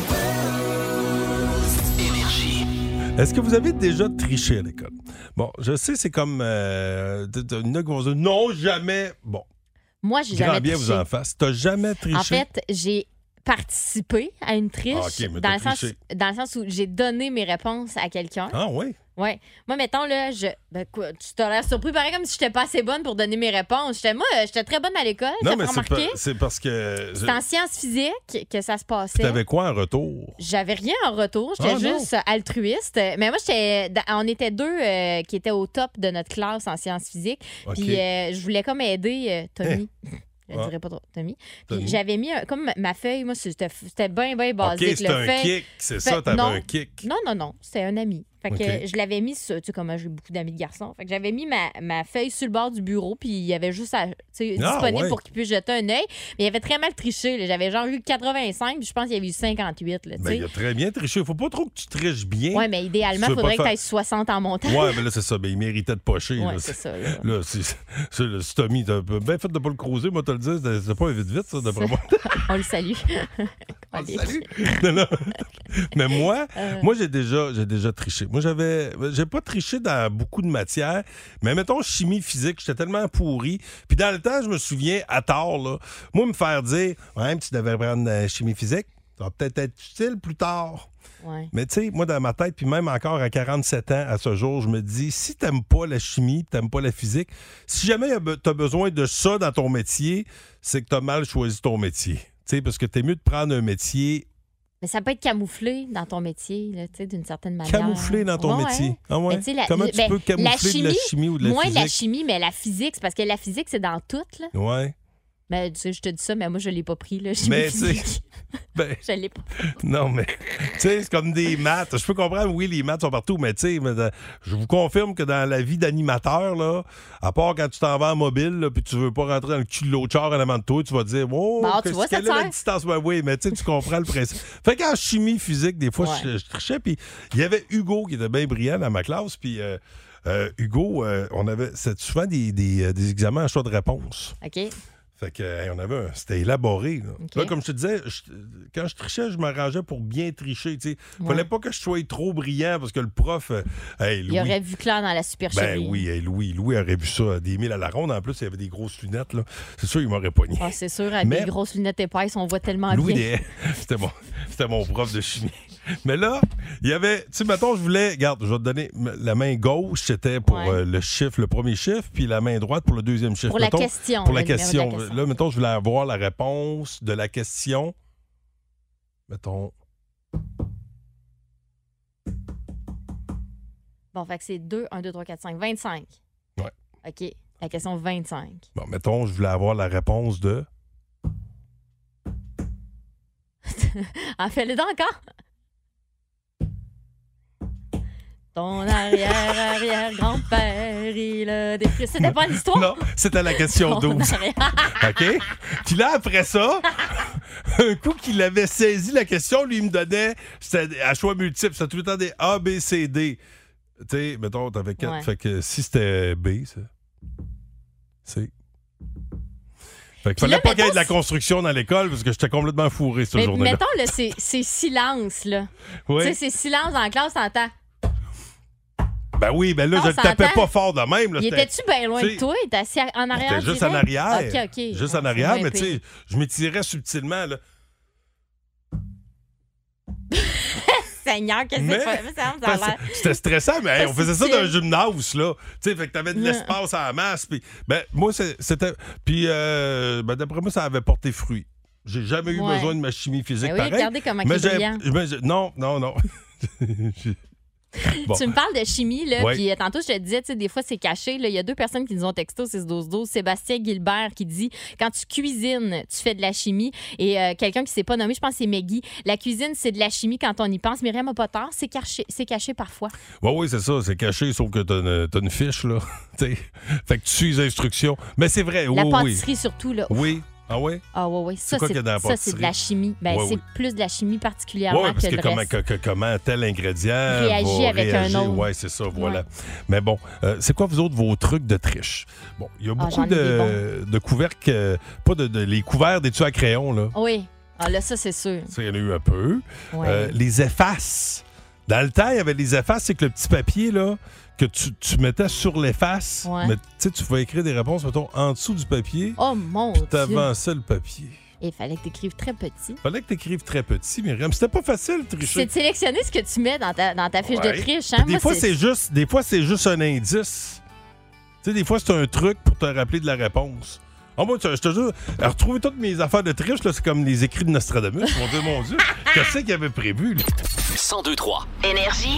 Speaker 1: Énergie.
Speaker 2: Est-ce que vous avez déjà triché à l'école? Bon, je sais, c'est comme... Euh, t- t- il y en a qui vont dire non, jamais. Bon,
Speaker 4: Moi, j'ai
Speaker 2: grand
Speaker 4: jamais
Speaker 2: bien
Speaker 4: triché.
Speaker 2: vous en fasse. T'as jamais triché?
Speaker 4: En fait, j'ai participé à une triche
Speaker 2: Ah, ok, mais
Speaker 4: dans,
Speaker 2: t'as
Speaker 4: le sens,
Speaker 2: triché.
Speaker 4: dans le sens où j'ai donné mes réponses à quelqu'un.
Speaker 2: Ah oui?
Speaker 4: Ouais. Moi, mettons, là, je. Ben, quoi, tu t'as l'air surpris, pareil, comme si j'étais pas assez bonne pour donner mes réponses. J'étais, moi, j'étais très bonne à l'école,
Speaker 2: Non,
Speaker 4: ça
Speaker 2: mais
Speaker 4: fait
Speaker 2: c'est,
Speaker 4: remarquer.
Speaker 2: pas- c'est parce que...
Speaker 4: C'est en sciences physiques que ça se passait.
Speaker 2: T'avais quoi en retour?
Speaker 4: J'avais rien en retour, j'étais
Speaker 2: Ah, non.
Speaker 4: juste altruiste. Mais moi, j'étais, on était deux euh, qui étaient au top de notre classe en sciences physiques.
Speaker 2: OK.
Speaker 4: Puis euh, je voulais comme aider euh, Tommy. Je ne
Speaker 2: Ah.
Speaker 4: dirais pas trop, Tommy. Puis
Speaker 2: Tommy.
Speaker 4: j'avais mis, un- comme ma feuille, moi, c'était, c'était bien, bien
Speaker 2: OK,
Speaker 4: basique.
Speaker 2: c'est
Speaker 4: le
Speaker 2: un
Speaker 4: fait-
Speaker 2: kick. C'est
Speaker 4: fait-
Speaker 2: ça, t'avais
Speaker 4: non.
Speaker 2: un kick.
Speaker 4: Non, non, non, c'était un ami. Fait que
Speaker 2: OK.
Speaker 4: je l'avais mis sur, tu sais, comme j'ai beaucoup d'amis de garçons. Fait que j'avais mis ma, ma feuille sur le bord du bureau, puis il y avait juste à, tu sais,
Speaker 2: Ah,
Speaker 4: disponible
Speaker 2: ouais.
Speaker 4: pour qu'il puisse jeter un œil. Mais il avait très mal triché. là. J'avais genre eu quatre-vingt-cinq, puis je pense qu'il y avait eu cinquante-huit. Là, tu
Speaker 2: Ben,
Speaker 4: sais.
Speaker 2: il a très bien triché. Faut pas trop que tu triches bien.
Speaker 4: Ouais, mais idéalement,
Speaker 2: Tu
Speaker 4: il
Speaker 2: veux
Speaker 4: faudrait
Speaker 2: pas
Speaker 4: que
Speaker 2: faire-
Speaker 4: tu ailles soixante en montant.
Speaker 2: Ouais, mais là, c'est ça. Ben, il méritait de pocher.
Speaker 4: Ouais,
Speaker 2: là.
Speaker 4: c'est ça, là.
Speaker 2: Là, c'est, c'est, le- si t'as mis, t'as bien fait de pas le croiser, moi, te le dire. C'était pas un vite-vite, ça, d'après moi.
Speaker 4: On le salue.
Speaker 2: On le salue. Non, non. Mais moi,
Speaker 4: Euh.
Speaker 2: moi j'ai déjà, j'ai déjà triché. Moi, j'avais. J'ai pas triché dans beaucoup de matières, mais mettons chimie physique, j'étais tellement pourri. Puis dans le temps, je me souviens, à tort, là, moi, me faire dire, ouais, tu devrais prendre euh, chimie physique, ça va peut-être être utile plus tard.
Speaker 4: Ouais.
Speaker 2: Mais tu sais, moi, dans ma tête, puis même encore à quarante-sept ans, à ce jour, je me dis, si t'aimes pas la chimie, t'aimes pas la physique, si jamais t'as besoin de ça dans ton métier, c'est que t'as mal choisi ton métier. Tu sais, parce que t'es mieux de prendre un métier
Speaker 4: Mais ça peut être camouflé dans ton métier, là, tu sais, d'une certaine manière.
Speaker 2: camouflé dans ton
Speaker 4: Ouais,
Speaker 2: métier.
Speaker 4: ouais.
Speaker 2: Ah ouais?
Speaker 4: Mais tu sais, la-
Speaker 2: Comment tu
Speaker 4: ben,
Speaker 2: peux camoufler de la chimie ou de la
Speaker 4: moins
Speaker 2: physique?
Speaker 4: de la chimie, mais la physique, c'est parce que la physique, c'est dans tout, là.
Speaker 2: Ouais.
Speaker 4: Ben, tu sais, je te dis ça, mais moi, je l'ai pas pris, là. chimie
Speaker 2: Mais tu sais,
Speaker 4: physique.
Speaker 2: ben,
Speaker 4: Je l'ai pas.
Speaker 2: non, mais tu sais, c'est comme des maths. Je peux comprendre, oui, les maths sont partout, mais tu sais, mais, euh, je vous confirme que dans la vie d'animateur, là, à part quand tu t'en vas en mobile, là, puis tu veux pas rentrer dans le cul de l'autre char en avant de toi, tu vas te dire, oh,
Speaker 4: Bon, tu
Speaker 2: qu'est-ce
Speaker 4: vois, ça
Speaker 2: quelle
Speaker 4: te
Speaker 2: est la
Speaker 4: sert.
Speaker 2: distance? Ben oui, mais tu sais, tu comprends le principe. Fait qu'en chimie physique, des fois,
Speaker 4: Ouais.
Speaker 2: je, je trichais, puis il y avait Hugo qui était bien brillant dans ma classe, puis euh, euh, Hugo, euh, on avait c'était souvent des, des, euh, des examens à choix de réponse.
Speaker 4: OK.
Speaker 2: Fait que, hey, on avait un- c'était élaboré. Là.
Speaker 4: OK.
Speaker 2: Là, comme je te disais, je- quand je trichais, je m'arrangeais pour bien tricher. Il
Speaker 4: Ouais.
Speaker 2: fallait pas que je sois trop brillant parce que le prof, euh, hey, Louis,
Speaker 4: Il aurait vu clair dans la supercherie.
Speaker 2: ben oui, hey, Louis, Louis aurait vu ça, des mille à la ronde. En plus, il y avait des grosses lunettes. Là. C'est sûr, il m'aurait pogné.
Speaker 4: Ah, c'est sûr, avec
Speaker 2: Mais-
Speaker 4: des grosses lunettes épaisses, on voit tellement
Speaker 2: Louis,
Speaker 4: bien.
Speaker 2: des- c'était, mon, c'était mon prof de chimie. Mais là, il y avait, tu sais, mettons, je voulais, regarde, je vais te donner, la main gauche, c'était pour
Speaker 4: Ouais.
Speaker 2: euh, le chiffre, le premier chiffre, puis la main droite pour le deuxième chiffre.
Speaker 4: Pour la
Speaker 2: Mettons,
Speaker 4: question,
Speaker 2: Pour la
Speaker 4: le numéro de la
Speaker 2: question.
Speaker 4: question.
Speaker 2: Là, mettons, je voulais avoir la réponse de la question. Mettons.
Speaker 4: Bon, fait que c'est deux, un, deux, trois, quatre, cinq, vingt-cinq.
Speaker 2: Ouais.
Speaker 4: OK. La question vingt-cinq.
Speaker 2: Bon, mettons, je voulais avoir la réponse de.
Speaker 4: En fais-le donc encore. Ton arrière-arrière-grand-père, il a des... C'était pas l'histoire?
Speaker 2: Non, c'était la question
Speaker 4: Ton
Speaker 2: douze.
Speaker 4: arrière-
Speaker 2: OK? Puis là, après ça, un coup qu'il avait saisi la question, lui, il me donnait, c'était à choix multiple, c'était tout le temps des A, B, C, D. Tu sais, mettons, t'avais quatre.
Speaker 4: Ouais.
Speaker 2: Fait que si c'était B, ça. C. Fait qu'il
Speaker 4: Puis là,
Speaker 2: fallait pas qu'il y ait
Speaker 4: mettons,
Speaker 2: de la construction dans l'école parce que j'étais complètement fourré ce
Speaker 4: Mais
Speaker 2: journée-là.
Speaker 4: mettons, là, c'est, c'est silence, là.
Speaker 2: Oui.
Speaker 4: Tu sais, c'est silence dans la classe, t'entends.
Speaker 2: Ben oui, ben là,
Speaker 4: Non,
Speaker 2: je le
Speaker 4: on
Speaker 2: tapais
Speaker 4: s'entend.
Speaker 2: pas fort de même. Là,
Speaker 4: Il
Speaker 2: c'était-
Speaker 4: était-tu bien loin
Speaker 2: tu
Speaker 4: de
Speaker 2: sais,
Speaker 4: toi? Il était assis en arrière?
Speaker 2: J'étais juste
Speaker 4: je
Speaker 2: en
Speaker 4: dirais?
Speaker 2: arrière.
Speaker 4: OK, OK.
Speaker 2: Juste
Speaker 4: Ah,
Speaker 2: en
Speaker 4: c'est
Speaker 2: arrière,
Speaker 4: moins
Speaker 2: mais tu
Speaker 4: pire.
Speaker 2: sais, je m'étirais subtilement, là.
Speaker 4: Seigneur, qu'est-ce que
Speaker 2: Mais-
Speaker 4: c'est que ça? Ça a
Speaker 2: Parce-
Speaker 4: l'air...
Speaker 2: C'était stressant, mais hey, on faisait ça
Speaker 4: subtil.
Speaker 2: dans un gymnase, là. Tu sais, fait que t'avais de
Speaker 4: Ouais.
Speaker 2: l'espace à la masse. Puis, ben, moi, c'est- c'était. Puis, euh, ben, d'après moi, ça avait porté fruit. J'ai jamais eu
Speaker 4: Ouais.
Speaker 2: besoin de ma chimie physique
Speaker 4: Ben oui,
Speaker 2: pareil.
Speaker 4: regardez comment il
Speaker 2: mais
Speaker 4: est
Speaker 2: j'ai-
Speaker 4: brillant.
Speaker 2: mais j'ai- non, non, non. J'ai- Bon.
Speaker 4: Tu me parles de chimie, là,
Speaker 2: Ouais.
Speaker 4: puis euh, tantôt, je te disais, tu sais, des fois, c'est caché. là. Il y a deux personnes qui nous ont texté au six douze douze. Sébastien Gilbert qui dit quand tu cuisines, tu fais de la chimie. Et euh, quelqu'un qui ne s'est pas nommé, je pense que c'est Maggie. La cuisine, c'est de la chimie quand on y pense. Myriam n'a pas tort, c'est caché, c'est caché parfois.
Speaker 2: Oui, oui, c'est ça. C'est caché, sauf que t'as une, t'as une fiche, là. Tu sais, fait que tu suis les instructions. Mais c'est vrai,
Speaker 4: La
Speaker 2: oui, oui.
Speaker 4: pâtisserie, surtout, là.
Speaker 2: Oui. Ah oui?
Speaker 4: Ah, ouais, ouais. Ça,
Speaker 2: C'est quoi
Speaker 4: c'est,
Speaker 2: qu'il y a dans la
Speaker 4: ça, c'est de
Speaker 2: pâtisserie?
Speaker 4: la chimie. Ben,
Speaker 2: Ouais,
Speaker 4: c'est
Speaker 2: oui.
Speaker 4: plus de la chimie particulièrement
Speaker 2: Oui, parce
Speaker 4: que
Speaker 2: que
Speaker 4: le
Speaker 2: comment,
Speaker 4: reste.
Speaker 2: que- que- comment tel ingrédient
Speaker 4: Réagit
Speaker 2: va
Speaker 4: avec un
Speaker 2: réagir.
Speaker 4: autre.
Speaker 2: Oui, c'est ça, voilà.
Speaker 4: Ouais.
Speaker 2: Mais bon, euh, c'est quoi, vous autres, vos trucs de triche? Bon, il y a
Speaker 4: Ah,
Speaker 2: beaucoup
Speaker 4: j'en ai
Speaker 2: de, de couvercles, euh, pas de, de- les couverts d'études à crayon, là.
Speaker 4: Oui. Ah, là, ça, c'est sûr.
Speaker 2: Ça, il y en a eu un peu.
Speaker 4: Ouais.
Speaker 2: Euh, les effaces. Dans le temps, il y avait les effaces, c'est que le petit papier, là, que tu, tu mettais sur l'efface,
Speaker 4: Ouais.
Speaker 2: mais tu sais, tu pouvais écrire des réponses, mettons, en dessous du papier,
Speaker 4: Oh, mon
Speaker 2: puis
Speaker 4: Dieu.
Speaker 2: t'avançais le papier.
Speaker 4: Il fallait que tu écrives très petit.
Speaker 2: Fallait que tu écrives très petit, Myriam. C'était pas facile de tricher.
Speaker 4: C'est de sélectionner ce que tu mets dans ta, dans ta fiche
Speaker 2: Ouais.
Speaker 4: de triche. Hein?
Speaker 2: Des
Speaker 4: Moi,
Speaker 2: fois, c'est juste, des fois, c'est juste un indice. Tu sais, des fois, c'est un truc pour te rappeler de la réponse. En moi, je te jure, à retrouver toutes mes affaires de triche, là, c'est comme les écrits de Nostradamus. Ils vont dire, mon Dieu, qu'est-ce qu'il avait prévu, là?
Speaker 1: cent deux trois.
Speaker 8: Énergie.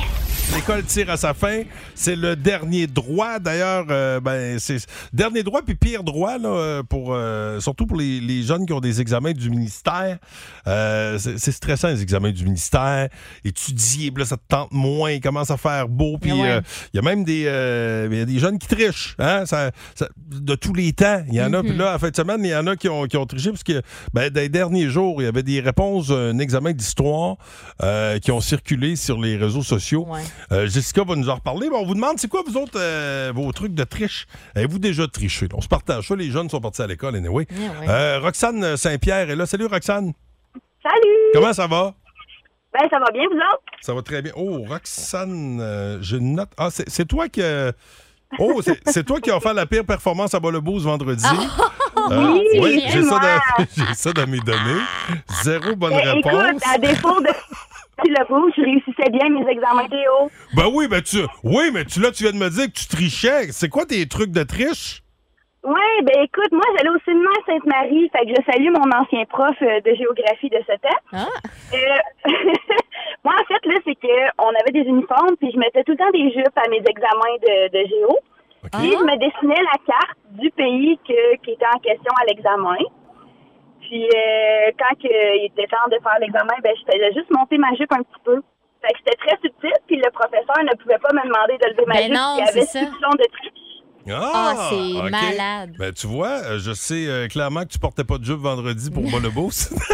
Speaker 2: L'école tire à sa fin. C'est le dernier droit. D'ailleurs, euh, ben, c'est dernier droit puis pire droit, là, pour, euh, surtout pour les, les jeunes qui ont des examens du ministère. Euh, c'est, c'est stressant, les examens du ministère. Étudier, puis là, ça te tente moins. Il commence à faire beau. Puis il ouais. euh, y a même des, euh, y a des jeunes qui trichent. Hein? Ça, ça, de tous les temps. Il y en a. Mm-hmm. Puis là, en fin de semaine, il y en a qui ont, qui ont triché parce que ben, dans les derniers jours, il y avait des réponses, un examen d'histoire euh, qui ont circulé sur les réseaux sociaux. Ouais. Euh, Jessica va nous en reparler. Mais on vous demande, c'est quoi, vous autres, euh, vos trucs de triche? Avez-vous déjà triché? On se partage ça. Les jeunes sont partis à l'école, anyway. Yeah, ouais. euh, Roxane Saint-Pierre est là. Salut, Roxane.
Speaker 8: Salut.
Speaker 2: Comment ça va?
Speaker 8: Ben, ça va bien, vous autres?
Speaker 2: Ça va très bien. Oh, Roxane, euh, j'ai une note. Ah, c'est, c'est toi qui... Euh... Oh, c'est, c'est toi qui as fait la pire performance à Bas-le-Beau ce vendredi.
Speaker 8: Oh, euh, oui,
Speaker 2: oui j'ai, ça dans, j'ai ça dans mes données. Zéro bonne
Speaker 8: ben,
Speaker 2: réponse.
Speaker 8: Écoute, à défaut de... le beau, je réussissais bien mes examens Théo.
Speaker 2: Ben oui, ben tu, oui, mais tu là, tu viens de me dire que tu trichais. C'est quoi tes trucs de triche?
Speaker 8: Oui, ben écoute, moi, j'allais au séminaire Sainte-Marie, fait que je salue mon ancien prof de géographie de ce temps. Ah. Euh, moi, en fait, là, c'est qu'on avait des uniformes, puis je mettais tout le temps des jupes à mes examens de, de géo. Okay. Puis je me dessinais la carte du pays que, qui était en question à l'examen. Puis euh, quand que, il était temps de faire l'examen, ben je faisais juste monter ma jupe un petit peu. Fait que c'était très subtil, puis le professeur ne pouvait pas me demander de lever ma
Speaker 4: ben
Speaker 8: jupe,
Speaker 4: non,
Speaker 8: il y avait soupçon de triche.
Speaker 2: Ah,
Speaker 4: oh, c'est okay. malade.
Speaker 2: Ben, tu vois, je sais euh, clairement que tu portais pas de jupe vendredi pour Bas-le-Beau.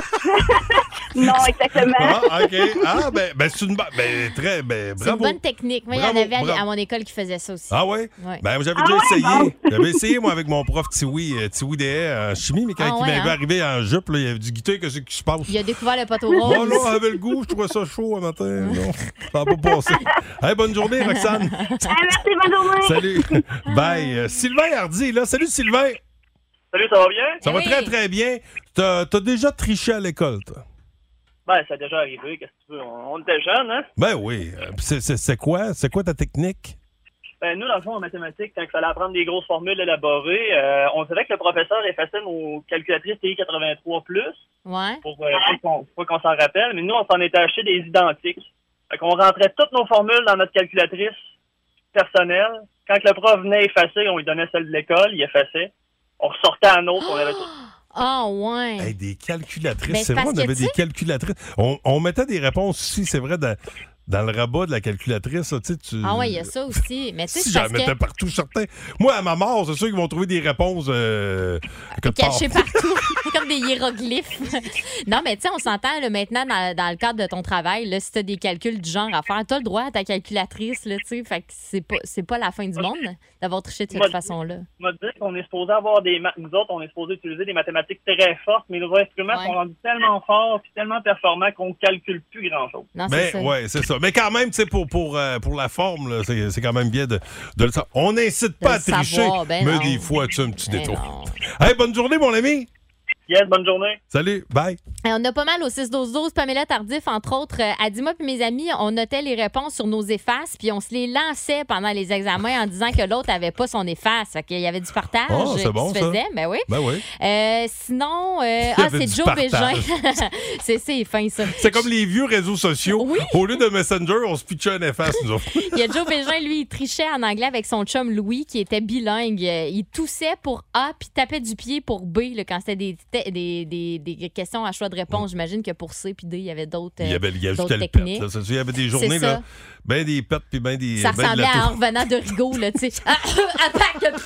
Speaker 8: Non, exactement.
Speaker 2: Ah, OK. Ah, ben, ben c'est une, ba... ben, très, ben, bravo.
Speaker 4: C'est une bonne technique. Moi, il y en avait à, à mon école qui faisait ça aussi.
Speaker 2: Ah ouais?
Speaker 4: ouais.
Speaker 2: Ben, j'avais
Speaker 8: ah
Speaker 2: déjà
Speaker 8: ouais,
Speaker 2: essayé.
Speaker 8: Bon.
Speaker 2: J'avais essayé, moi, avec mon prof Tiwi, euh, Tiwi Dehaye en chimie, mais quand ah, il ouais, m'avait hein? arrivé en jupe, là, il avait dit, Guité, qu'est-ce qui se passe?
Speaker 4: Il a découvert le poteau rose.
Speaker 2: Oh non, avait le goût, je trouvais ça chaud un matin. Non, ça n'a pas passé. Hey, bonne journée, Roxane.
Speaker 8: Hey, merci, bonne journée.
Speaker 2: Salut. Bye. Euh, Sylvain Hardy, là. Salut, Sylvain.
Speaker 11: Salut, ça va bien?
Speaker 2: Ça oui. va très, très bien. T'as, t'as déjà triché à l'école, toi?
Speaker 11: Ben, ça a déjà arrivé, qu'est-ce que tu veux? On, on était jeunes, hein?
Speaker 2: Ben oui. C'est, c'est, c'est quoi? C'est quoi ta technique?
Speaker 11: Ben, nous, dans le fond, en mathématiques, quand il fallait apprendre des grosses formules élaborées, euh, on savait que le professeur effaçait nos calculatrices T I quatre-vingt-trois plus.
Speaker 4: Ouais.
Speaker 11: Pour, euh, pour, qu'on, pour qu'on s'en rappelle. Mais nous, on s'en était acheté des identiques. Fait qu'on rentrait toutes nos formules dans notre calculatrice personnelle. Quand le prof venait effacer, on lui donnait celle de l'école, il effaçait. On ressortait à nôtre, on avait tout.
Speaker 4: Ah, oh, ouais.
Speaker 2: Hey, des calculatrices.
Speaker 4: Ben,
Speaker 2: c'est vrai, on avait des
Speaker 4: sais...
Speaker 2: calculatrices. On, on mettait des réponses aussi, c'est vrai, dans, dans le rabat de la calculatrice. Là, tu...
Speaker 4: Ah, ouais, il y a ça aussi. Mais
Speaker 2: si j'en mettais que... partout, certain. Moi, à ma mort, c'est sûr qu'ils vont trouver des réponses euh,
Speaker 4: cachées partout, comme des hiéroglyphes. Non, mais tu sais, on s'entend là, maintenant dans, dans le cadre de ton travail, là, si tu as des calculs du genre à faire, tu as le droit à ta calculatrice. Là, fait que c'est pas, c'est pas la fin du monde d'avoir triché de cette façon-là.
Speaker 11: Je vais te dire qu'on est supposé avoir des. Ma- Nous autres, on est supposé utiliser des mathématiques très fortes, mais nos instruments ouais. sont rendus tellement forts et tellement performants qu'on ne calcule plus grand-chose.
Speaker 2: Non, c'est mais, ça. Ouais, c'est ça. Mais quand même, tu sais, pour, pour, euh, pour la forme, là, c'est, c'est quand même bien de, de le savoir. On n'incite pas à tricher, savoir, ben mais non. Des fois, tu as un petit ben détour. Hey, bonne journée, mon ami!
Speaker 11: Yes, bonne journée.
Speaker 2: Salut, bye.
Speaker 4: On a pas mal au six douze douze. Pamela Tardif, entre autres, a dit, moi puis mes amis, on notait les réponses sur nos effaces, puis on se les lançait pendant les examens en disant que l'autre avait pas son efface. Fait qu'il y avait du partage
Speaker 2: oh, c'est bon,
Speaker 4: qui se
Speaker 2: ça.
Speaker 4: faisait. Ben oui.
Speaker 2: Ben oui.
Speaker 4: Euh, sinon, euh, ah, c'est Joe Bégin. c'est, c'est fin, ça.
Speaker 2: C'est comme les vieux réseaux sociaux.
Speaker 4: Oui.
Speaker 2: Au lieu de Messenger, on se pitchait un efface, nous autres.
Speaker 4: Il y a Joe Bégin, lui, il trichait en anglais avec son chum Louis, qui était bilingue. Il toussait pour A, puis tapait du pied pour B, là, quand c'était des, des, des, des questions à choix de réponse. Mm. J'imagine que pour C puis D, il y avait d'autres techniques. Il y avait, il y avait d'autres techniques.
Speaker 2: Pet, il y avait des journées, là, ben des pets puis ben des...
Speaker 4: Ça
Speaker 2: ben
Speaker 4: ressemblait à en revenant de Rigaud, là, tu sais. Attaque!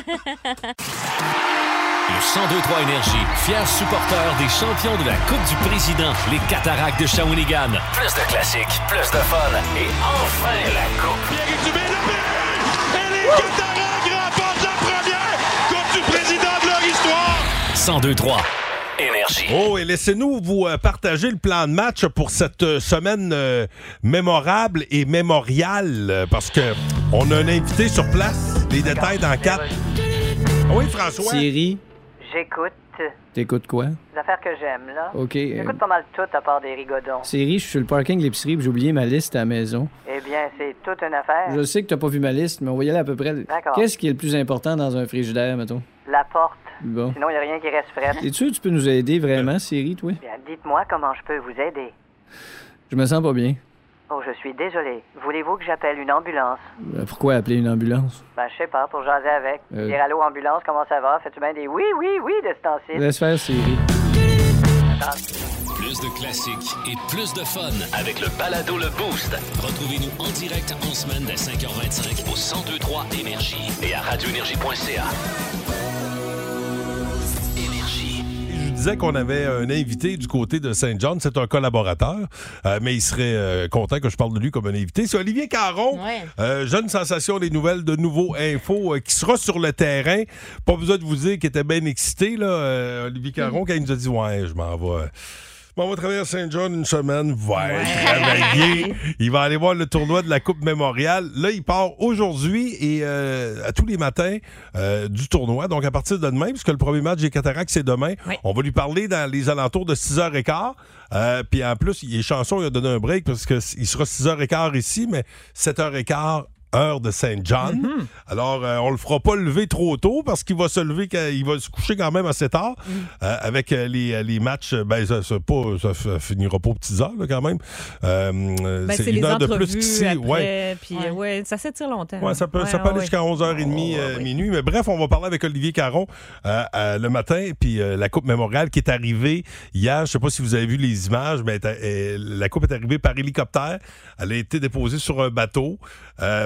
Speaker 1: Le cent deux trois Énergie, fier supporter des champions de la Coupe du Président, les Cataractes de Shawinigan. Plus de classiques, plus de fun et enfin la Coupe.
Speaker 12: Pierre Dubé, le but! Et les Cataractes remportent la première Coupe du Président de leur histoire!
Speaker 1: cent deux trois Énergie.
Speaker 2: Oh, et laissez-nous vous euh, partager le plan de match pour cette euh, semaine euh, mémorable et mémoriale, euh, parce que on a un invité sur place. Les détails dans quatre. Ah oui, François.
Speaker 13: Thierry.
Speaker 14: J'écoute.
Speaker 13: T'écoutes quoi?
Speaker 14: Les affaires que j'aime, là.
Speaker 13: OK.
Speaker 14: J'écoute
Speaker 13: euh...
Speaker 14: pas mal tout à part des rigodons.
Speaker 13: Thierry, je suis sur le parking de l'épicerie et j'ai oublié ma liste à la maison.
Speaker 14: Eh bien, c'est toute une affaire.
Speaker 13: Je sais que t'as pas vu ma liste, mais on va y aller à peu près.
Speaker 14: D'accord.
Speaker 13: Qu'est-ce qui est le plus important dans un frigidaire, mettons?
Speaker 14: La porte.
Speaker 13: Bon.
Speaker 14: Sinon, il n'y a rien qui reste frais.
Speaker 13: Es-tu sûr que tu peux nous aider vraiment, Thierry, toi?
Speaker 14: Bien, dites-moi comment je peux vous aider.
Speaker 13: Je me sens pas bien.
Speaker 14: Oh, je suis désolé. Voulez-vous que j'appelle une ambulance?
Speaker 13: Euh, pourquoi appeler une ambulance?
Speaker 14: Ben, je sais pas, pour jaser avec.
Speaker 13: Euh...
Speaker 14: Dire allô, ambulance, comment ça va? Fais-tu bien des oui, oui, oui de ce temps-ci?
Speaker 13: Laisse faire, Siri.
Speaker 1: Plus de classiques et plus de fun avec le balado Le Boost. Retrouvez-nous en direct en semaine dès cinq heures vingt-cinq au cent deux trois Énergie et à radio énergie point c a.
Speaker 2: Je disais qu'on avait un invité du côté de Saint John. C'est un collaborateur, euh, mais il serait euh, content que je parle de lui comme un invité. C'est Olivier Caron,
Speaker 4: ouais.
Speaker 2: euh, jeune sensation des nouvelles de Nouveau Info, euh, qui sera sur le terrain. Pas besoin de vous dire qu'il était bien excité, là, euh, Olivier Caron, mm. quand il nous a dit « Ouais, je m'en vais... » On va travailler à Saint John une semaine. Ouais, ouais. Travailler. Il va aller voir le tournoi de la Coupe Mémoriale. Là, il part aujourd'hui et euh, à tous les matins euh, du tournoi. Donc, à partir de demain, puisque le premier match des Cataractes, c'est demain, oui. On va lui parler dans les alentours de six heures quinze. Euh, Puis en plus, il est chanceux, il a donné un break parce qu'il sera six heures quinze ici, mais sept heures quinze heure de Saint John. Mm-hmm. Alors, euh, on le fera pas lever trop tôt parce qu'il va se lever, il va se coucher quand même à sept heures mm. euh, avec euh, les, les matchs. Ben, ça, ça, pas, ça finira pas aux petites heures, là, quand même. Euh,
Speaker 7: ben,
Speaker 2: c'est,
Speaker 7: c'est
Speaker 2: une
Speaker 7: les
Speaker 2: heure de
Speaker 7: entrevues
Speaker 2: plus qu'ici.
Speaker 7: Après,
Speaker 2: ouais.
Speaker 7: Puis, ouais. Ouais, ça s'étire longtemps.
Speaker 2: Ouais, ça peut,
Speaker 7: ouais,
Speaker 2: ça peut
Speaker 7: ouais,
Speaker 2: aller
Speaker 7: ouais.
Speaker 2: jusqu'à onze heures trente, oh, euh, ouais. minuit. Mais bref, on va parler avec Olivier Caron euh, euh, le matin. Puis euh, la Coupe Mémoriale qui est arrivée hier. Je sais pas si vous avez vu les images, mais elle, elle, la Coupe est arrivée par hélicoptère. Elle a été déposée sur un bateau euh,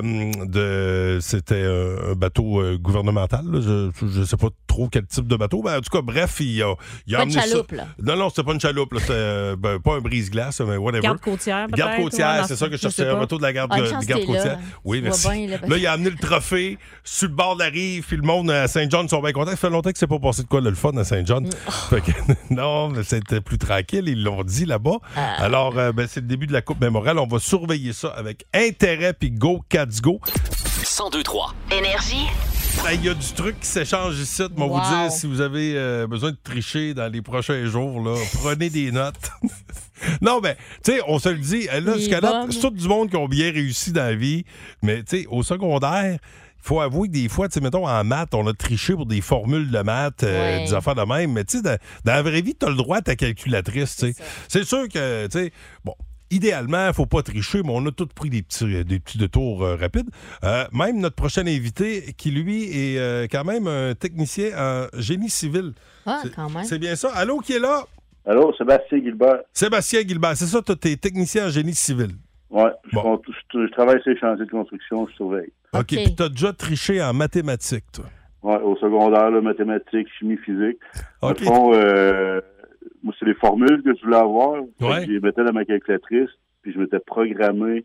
Speaker 2: de c'était un bateau euh, gouvernemental. Là. Je ne sais pas trop quel type de bateau. Ben, en tout cas, bref, il a, il a
Speaker 4: pas
Speaker 2: amené
Speaker 4: une chaloupe,
Speaker 2: ça.
Speaker 4: Là.
Speaker 2: Non, non, c'était pas une chaloupe. Là. C'était euh, ben, pas un brise-glace, mais whatever.
Speaker 7: Garde côtière, peut-être.
Speaker 2: Garde côtière,
Speaker 7: ouais,
Speaker 2: c'est ça que je cherchais.
Speaker 7: sais
Speaker 2: Un bateau de la garde,
Speaker 4: ah,
Speaker 2: de, garde côtière. Là. Oui,
Speaker 4: tu
Speaker 2: merci.
Speaker 4: Bien, là, parce...
Speaker 2: là, il a amené le trophée sur le bord de la rive, puis le monde à Saint-John sont bien contents. Ça fait longtemps que c'est pas passé de quoi le fun à Saint-John.
Speaker 4: Oh.
Speaker 2: Fait que, non, mais c'était plus tranquille. Ils l'ont dit là-bas. Ah. Alors, euh, ben, c'est le début de la Coupe Mémoriale. On va surveiller ça avec intérêt, puis go, Cats, go.
Speaker 1: cent deux trois
Speaker 15: Énergie.
Speaker 2: Il y a du truc qui s'échange ici. Moi, wow. vous dire, si vous avez euh, besoin de tricher dans les prochains jours, là, prenez des notes. Non, mais, tu sais, on se le dit, là, jusqu'à là, c'est tout du monde qui ont bien réussi dans la vie. Mais, tu sais, au secondaire, il faut avouer que des fois, tu sais, mettons, en maths, on a triché pour des formules de maths, euh, ouais. des affaires de même. Mais, tu sais, dans, dans la vraie vie, tu as le droit à ta calculatrice, tu sais. C'est sûr que, tu sais, bon. Idéalement, il ne faut pas tricher, mais on a tous pris des petits, des petits détours euh, rapides. Euh, même notre prochain invité, qui lui est euh, quand même un technicien en génie civil.
Speaker 4: Ah,
Speaker 2: c'est,
Speaker 4: quand même.
Speaker 2: C'est bien ça. Allô, qui est là?
Speaker 3: Allô, Sébastien Guilbert.
Speaker 2: Sébastien Guilbert, c'est ça, tu es technicien en génie civil.
Speaker 3: Oui,
Speaker 2: bon.
Speaker 3: je, je, je travaille sur les chantiers de construction, je surveille.
Speaker 2: OK,
Speaker 4: okay.
Speaker 2: Puis tu as déjà triché en mathématiques, toi?
Speaker 3: Oui, au secondaire, là, mathématiques, chimie, physique.
Speaker 2: OK.
Speaker 3: Au fond, euh, moi, c'est les formules que je voulais avoir.
Speaker 2: Ouais.
Speaker 3: Je les mettais dans ma calculatrice, puis je m'étais programmé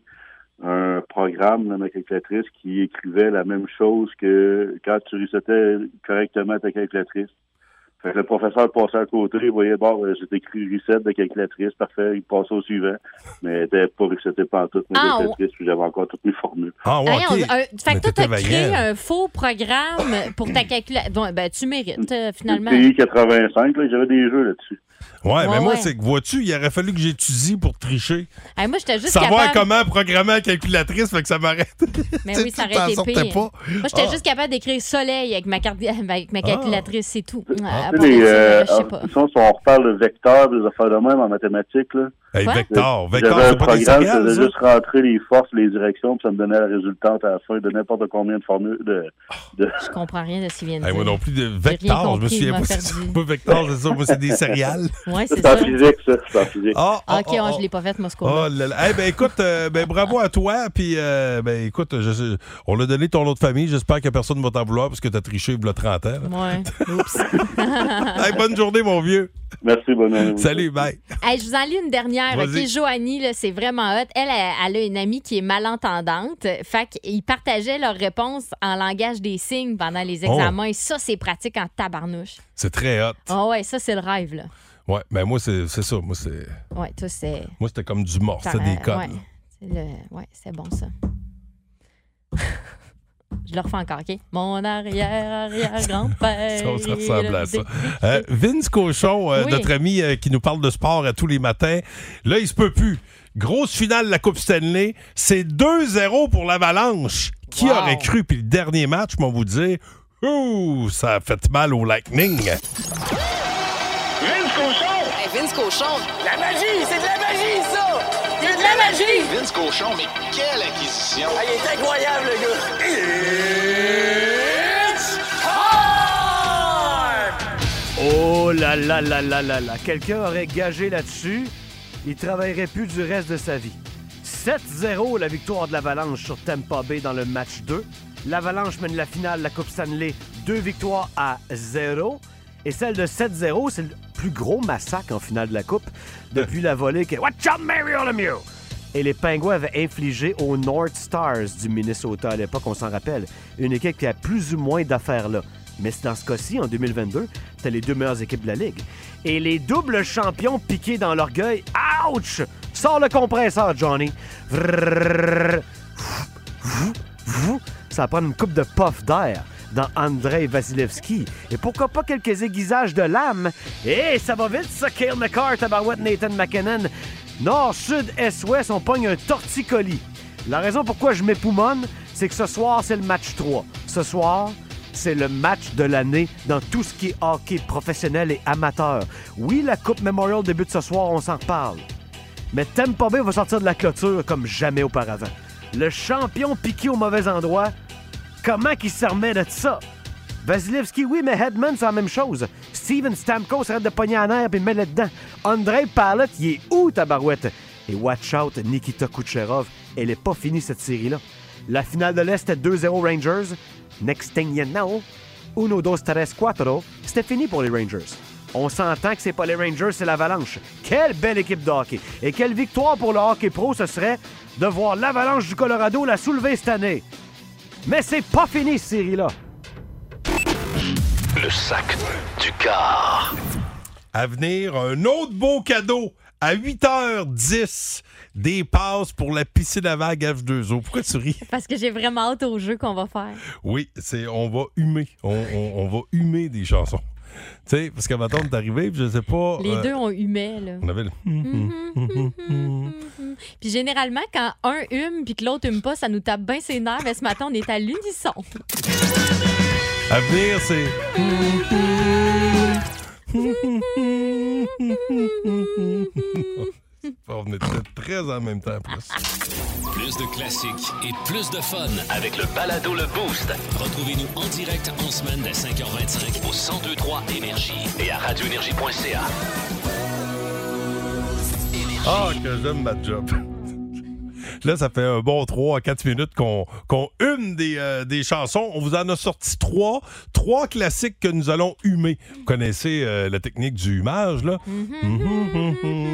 Speaker 3: un programme dans ma calculatrice qui écrivait la même chose que quand tu resetais correctement ta calculatrice. Fait que le professeur passait à côté, il voyait, bon, j'ai écrit reset de calculatrice, parfait, il passait au suivant. Mais elle n'était pas resetée pantoute, ma
Speaker 4: ah,
Speaker 3: calculatrice, puis j'avais encore toutes mes formules.
Speaker 2: Ah, ouais, okay.
Speaker 4: on, euh, fait que toi, tu as créé un faux programme pour ta calculatrice. Bon, ben, tu mérites, euh, finalement.
Speaker 3: P I quatre-vingt-cinq, là, j'avais des jeux là-dessus.
Speaker 2: Ouais, ouais, mais moi,
Speaker 4: ouais.
Speaker 2: c'est que, vois-tu, il aurait fallu que j'étudie pour tricher.
Speaker 4: Hey, moi, j'étais juste
Speaker 2: Savoir
Speaker 4: capable...
Speaker 2: comment programmer la calculatrice, fait que ça m'arrête.
Speaker 4: Mais oui, ça aurait été pire.
Speaker 2: Pas.
Speaker 4: Moi, j'étais
Speaker 2: ah.
Speaker 4: juste capable d'écrire soleil avec ma, carte... avec ma calculatrice, ah. c'est tout.
Speaker 3: Ah. Les, euh, je sais pas. Si on reparle de vecteurs, des affaires de même en mathématiques, là.
Speaker 2: Hey, vecteur, vecteur,
Speaker 3: j'avais
Speaker 2: c'est
Speaker 3: un
Speaker 2: pas
Speaker 3: programme,
Speaker 2: des céréales,
Speaker 3: ça juste rentrer les forces, les directions, puis ça me donnait la résultante à la fin de n'importe combien de formules. De, de...
Speaker 4: Je comprends rien de ce qu'il vient de
Speaker 2: hey,
Speaker 4: dire.
Speaker 2: Moi non plus, de vecteur, je me souviens pas. C'est pas vecteur, c'est ça. Moi, c'est des céréales.
Speaker 4: Ouais, c'est, c'est
Speaker 3: ça.
Speaker 4: C'est
Speaker 3: en physique, ça. C'est en physique.
Speaker 2: Ah,
Speaker 4: ah, OK,
Speaker 2: ah,
Speaker 4: ah,
Speaker 2: ah,
Speaker 4: je l'ai pas fait, moi, ce cours.
Speaker 2: Oh, hey, ben écoute, euh, ben, bravo à toi. Puis, euh, ben écoute, je, on a donné ton nom de famille. J'espère que personne ne va t'en vouloir parce que t'as triché il y a trente ans. Là.
Speaker 4: Ouais. Oups.
Speaker 2: Hey, bonne journée, mon vieux.
Speaker 3: Merci, bonne année.
Speaker 2: Salut, bye.
Speaker 4: Hey, je vous en lis une dernière.
Speaker 2: Vas-y.
Speaker 4: OK, Joanie, là, c'est vraiment hot. Elle, elle, elle a une amie qui est malentendante. Fait qu'ils partageaient leurs réponses en langage des signes pendant les examens. Oh. Et ça, c'est pratique en tabarnouche.
Speaker 2: C'est très hot.
Speaker 4: Ah oh, ouais, ça, c'est le rêve, là.
Speaker 2: Ouais, ben moi, c'est, c'est ça. Moi, c'est...
Speaker 4: Ouais, toi, c'est...
Speaker 2: Moi, c'était comme du mort. C'était des codes.
Speaker 4: Ouais, c'est, le... ouais, c'est bon, ça. Je le refais encore, OK? Mon arrière-arrière-grand-père.
Speaker 2: Ça, ça ressemble à ça. Euh, Vince Cochon, euh, oui. notre ami euh, qui nous parle de sport à tous les matins, là, il se peut plus. Grosse finale de la Coupe Stanley. C'est deux zéro pour l'Avalanche. Qui wow. aurait cru? Puis le dernier match, on va vous dire, ouh, ça a fait mal au Lightning.
Speaker 12: Vince Cochon!
Speaker 15: Hey, Vince Cochon!
Speaker 12: La magie! C'est de la magie, ça!
Speaker 15: C'est de la magie! magie!
Speaker 16: Vince Cochon, mais quelle acquisition!
Speaker 15: Ah, il est incroyable, le gars! It's time!
Speaker 17: Oh là là là là là là! Quelqu'un aurait gagé là-dessus, il travaillerait plus du reste de sa vie. sept zéro, la victoire de l'Avalanche sur Tampa Bay dans le match deux. L'Avalanche mène la finale de la Coupe Stanley, deux victoires à zéro. Et celle de sept zéro, c'est le plus gros massacre en finale de la Coupe depuis la volée que Watch out, Mario Lemieux! Et les Pingouins avaient infligé aux North Stars du Minnesota à l'époque, on s'en rappelle. Une équipe qui a plus ou moins d'affaires là. Mais dans ce cas-ci, en deux mille vingt-deux, c'était les deux meilleures équipes de la Ligue. Et les doubles champions piqués dans l'orgueil. Ouch! Sors le compresseur, Johnny. Vrrr. Ça va prendre une coupe de puff d'air dans Andrei Vasilevski. Et pourquoi pas quelques aiguisages de lame? Et ça va vite, ça, Cale McCart, tabarouette, Nathan McKinnon. Nord, sud, est, ouest, on pogne un torticolis. La raison pourquoi je m'époumonne, c'est que ce soir, c'est le match trois. Ce soir, c'est le match de l'année dans tout ce qui est hockey professionnel et amateur. Oui, la Coupe Memorial débute ce soir, on s'en reparle. Mais Tampa Bay va sortir de la clôture comme jamais auparavant. Le champion piqué au mauvais endroit, comment qu'il se remet de ça? Vasilevski, oui, mais Hedman, c'est la même chose. Steven Stamkos arrête de pogner en air et met là-dedans. Andrei Palat, il est où, tabarouette? Et watch out, Nikita Kucherov, elle est pas finie, cette série-là. La finale de l'Est était deux zéro Rangers. Next thing you know, uno, dos, tres, cuatro, c'était fini pour les Rangers. On s'entend que c'est pas les Rangers, c'est l'Avalanche. Quelle belle équipe de hockey. Et quelle victoire pour le hockey pro, ce serait de voir l'Avalanche du Colorado la soulever cette année. Mais c'est pas fini, cette série-là.
Speaker 1: Le sac du car.
Speaker 2: À venir, un autre beau cadeau. À huit heures dix, des passes pour la piscine à vagues F deux O. Pourquoi tu ris?
Speaker 4: Parce que j'ai vraiment hâte au jeu qu'on va faire.
Speaker 2: Oui, c'est on va humer. On, on, on va humer des chansons. Tu sais, parce qu'à matin, on est arrivé, puis je sais pas...
Speaker 4: Les
Speaker 2: euh,
Speaker 4: deux ont humé, là.
Speaker 2: On avait le...
Speaker 4: Puis généralement, quand un hume puis que l'autre hume pas, ça nous tape bien ses nerfs. Mais ce matin, on est à l'unisson.
Speaker 2: À venir, c'est... On était très en même temps, plus.
Speaker 1: Plus de classiques et plus de fun avec le balado Le Boost. Retrouvez-nous en direct en semaine dès cinq heures vingt-cinq au cent deux trois Énergie et à radio énergie point c a.
Speaker 2: Ah, que j'aime ma job. Là, ça fait un bon trois à quatre minutes qu'on, qu'on hume des, euh, des chansons. On vous en a sorti trois. Trois classiques que nous allons humer. Vous connaissez euh, la technique du humage, là? Mm-hmm. Mm-hmm.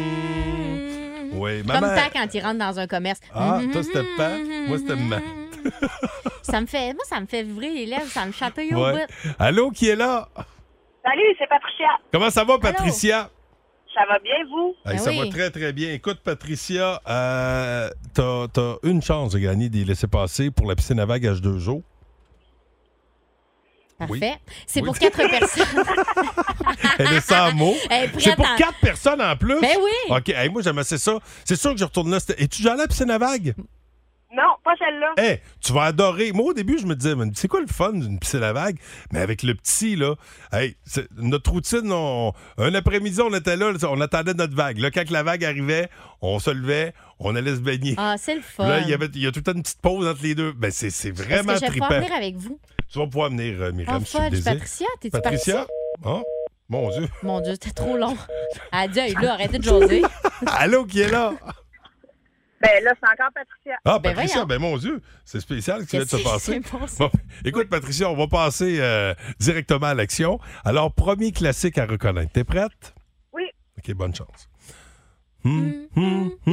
Speaker 2: Oui,
Speaker 4: comme tant quand il rentre dans un commerce.
Speaker 2: Ah, toi, c'était pas. Moi, c'était ma.
Speaker 4: ça me fait, moi, ça me fait vibrer les lèvres. Ça me chatouille au
Speaker 2: ouais.
Speaker 4: bout.
Speaker 2: Allô, qui est là?
Speaker 8: Salut, c'est Patricia.
Speaker 2: Comment ça va, Patricia?
Speaker 8: Allô? Ça va bien, vous?
Speaker 2: Hey, ben ça oui. va très, très bien. Écoute, Patricia, euh, t'as, t'as une chance de gagner des laissez-passer pour la piscine à vagues H deux O.
Speaker 4: Parfait.
Speaker 2: Oui.
Speaker 4: C'est
Speaker 2: oui.
Speaker 4: pour quatre personnes.
Speaker 2: Elle est sans mots. C'est pour
Speaker 4: en...
Speaker 2: quatre personnes en plus?
Speaker 4: Ben oui.
Speaker 2: OK. Hey, moi, j'aimais ça. C'est sûr que je retourne là. Es-tu déjà allé à la piscine à vagues?
Speaker 8: Non, pas celle-là.
Speaker 2: Hey, tu vas adorer. Moi, au début, je me disais, c'est quoi le fun d'une piscine à vagues? Mais avec le petit, là, hey, notre routine, on, un après-midi, on était là, on attendait notre vague. Là, quand la vague arrivait, on se levait, on allait se baigner.
Speaker 4: Ah, c'est le fun.
Speaker 2: Là, il y avait, il y a tout le temps une petite pause entre les deux. Ben, c'est, c'est vraiment
Speaker 4: Est-ce que je vais
Speaker 2: trippant.
Speaker 4: pouvoir venir avec vous?
Speaker 2: Tu vas pouvoir venir, euh, Myriam,
Speaker 4: oh,
Speaker 2: si tu le désires.
Speaker 4: Patricia, t'es-tu
Speaker 2: Patricia? Oh, mon Dieu.
Speaker 4: Mon Dieu, c'était trop long. Adieu, là, arrêtez de jaser.
Speaker 2: Allô, qui est là?
Speaker 8: Ben là, c'est encore Patricia.
Speaker 2: Ah,
Speaker 8: ben
Speaker 2: Patricia, ben mon Dieu, c'est spécial ce qui vient de se passer. Bon, écoute, Patricia, on va passer euh, directement à l'action. Alors, premier classique à reconnaître. T'es prête?
Speaker 8: Oui.
Speaker 2: OK, bonne chance. Hum, hum, hum,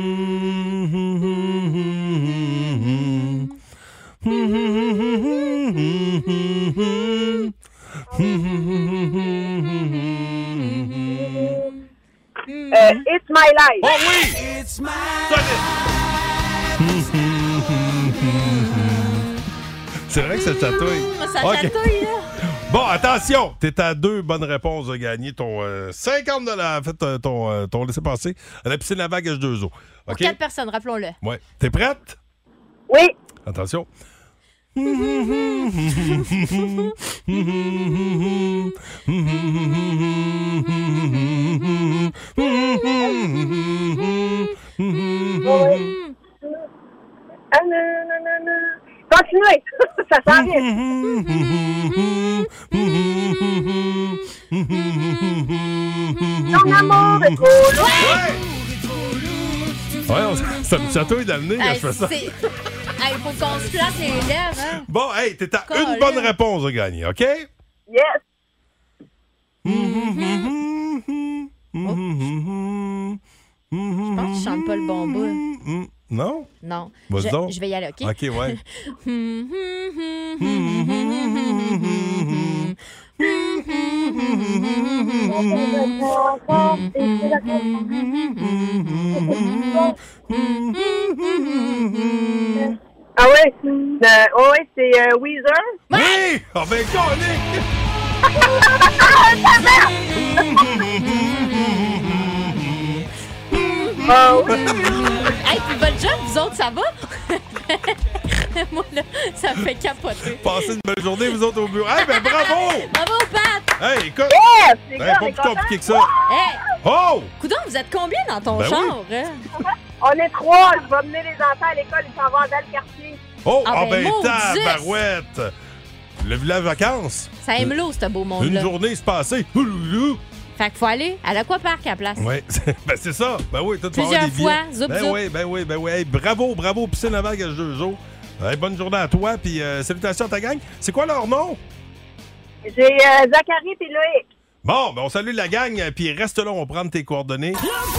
Speaker 2: hum,
Speaker 8: Euh, It's My Life.
Speaker 2: Oh oui!
Speaker 15: It's my
Speaker 2: C'est vrai que ça chatouille.
Speaker 4: Ça okay. chatouille, là.
Speaker 2: Bon, attention! T'es à deux bonnes réponses de gagner ton euh, cinquante dollars. En fait, ton, euh, ton laissez-passer à la piscine à vagues H deux O.
Speaker 4: Pour
Speaker 2: okay?
Speaker 4: quatre personnes, rappelons-le.
Speaker 2: Ouais. T'es prête?
Speaker 8: Oui.
Speaker 2: Attention.
Speaker 18: ça s'en vient. Ton amour est trop loin.
Speaker 2: Ouais, on, ça me chatouille dans le nez quand
Speaker 4: Hey,
Speaker 2: je fais ça.
Speaker 4: c'est- Hey, faut qu'on se place les lèvres, hein?
Speaker 2: Bon, hey, t'es à
Speaker 4: Colin.
Speaker 2: une bonne réponse de gagner, OK?
Speaker 18: Yes.
Speaker 4: Je pense que je chante pas le bon bout.
Speaker 2: Mm, Non?
Speaker 4: Non.
Speaker 2: Vas-y
Speaker 4: Je,
Speaker 2: donc.
Speaker 4: je vais y aller, OK?
Speaker 2: OK, ouais.
Speaker 18: Ah ouais? Euh, oh ouais, c'est euh, Weezer.
Speaker 2: Oui! Ah ben, connais!
Speaker 18: Ah oui!
Speaker 4: Hey, puis votre job, vous autres, ça va? Moi, là, ça me fait capoter.
Speaker 2: Passez une belle journée, vous autres, au bureau. Hey, ben bravo!
Speaker 4: Bravo, Pat!
Speaker 2: Hey, écoute!
Speaker 18: Yes! Les
Speaker 2: Hey,
Speaker 18: gars,
Speaker 2: pas
Speaker 18: on est
Speaker 2: plus compliqué que ça.
Speaker 4: Hey!
Speaker 2: Oh!
Speaker 4: Coudon, vous êtes combien dans ton
Speaker 2: Ben
Speaker 4: char? hein?
Speaker 18: On est trois. Je vais mener les enfants à l'école. Ils s'en vont dans le quartier.
Speaker 2: Oh!
Speaker 4: Ah,
Speaker 2: Ah
Speaker 4: ben,
Speaker 2: ben,
Speaker 4: maudisse!
Speaker 2: tabarouette! Le village vacances.
Speaker 4: Ça aime l'eau, ce beau
Speaker 2: Une
Speaker 4: monde-là.
Speaker 2: journée se passée. Houloulou.
Speaker 4: Fait qu'il faut aller à l'Aquapark à la place.
Speaker 2: Oui, ben c'est ça. Ben oui, toi, tu vas
Speaker 4: Plusieurs
Speaker 2: avoir des billets.
Speaker 4: fois, zoup,
Speaker 2: ben
Speaker 4: zoup.
Speaker 2: oui, ben oui, ben oui. Hey, bravo, bravo, piscine à vague à deux jours. Hey, bonne journée à toi, puis euh, salutations à ta gang. C'est quoi leur nom?
Speaker 18: J'ai euh, Zachary et Loïc.
Speaker 2: Bon, ben on salue la gang, euh, puis reste là, on va prendre tes coordonnées.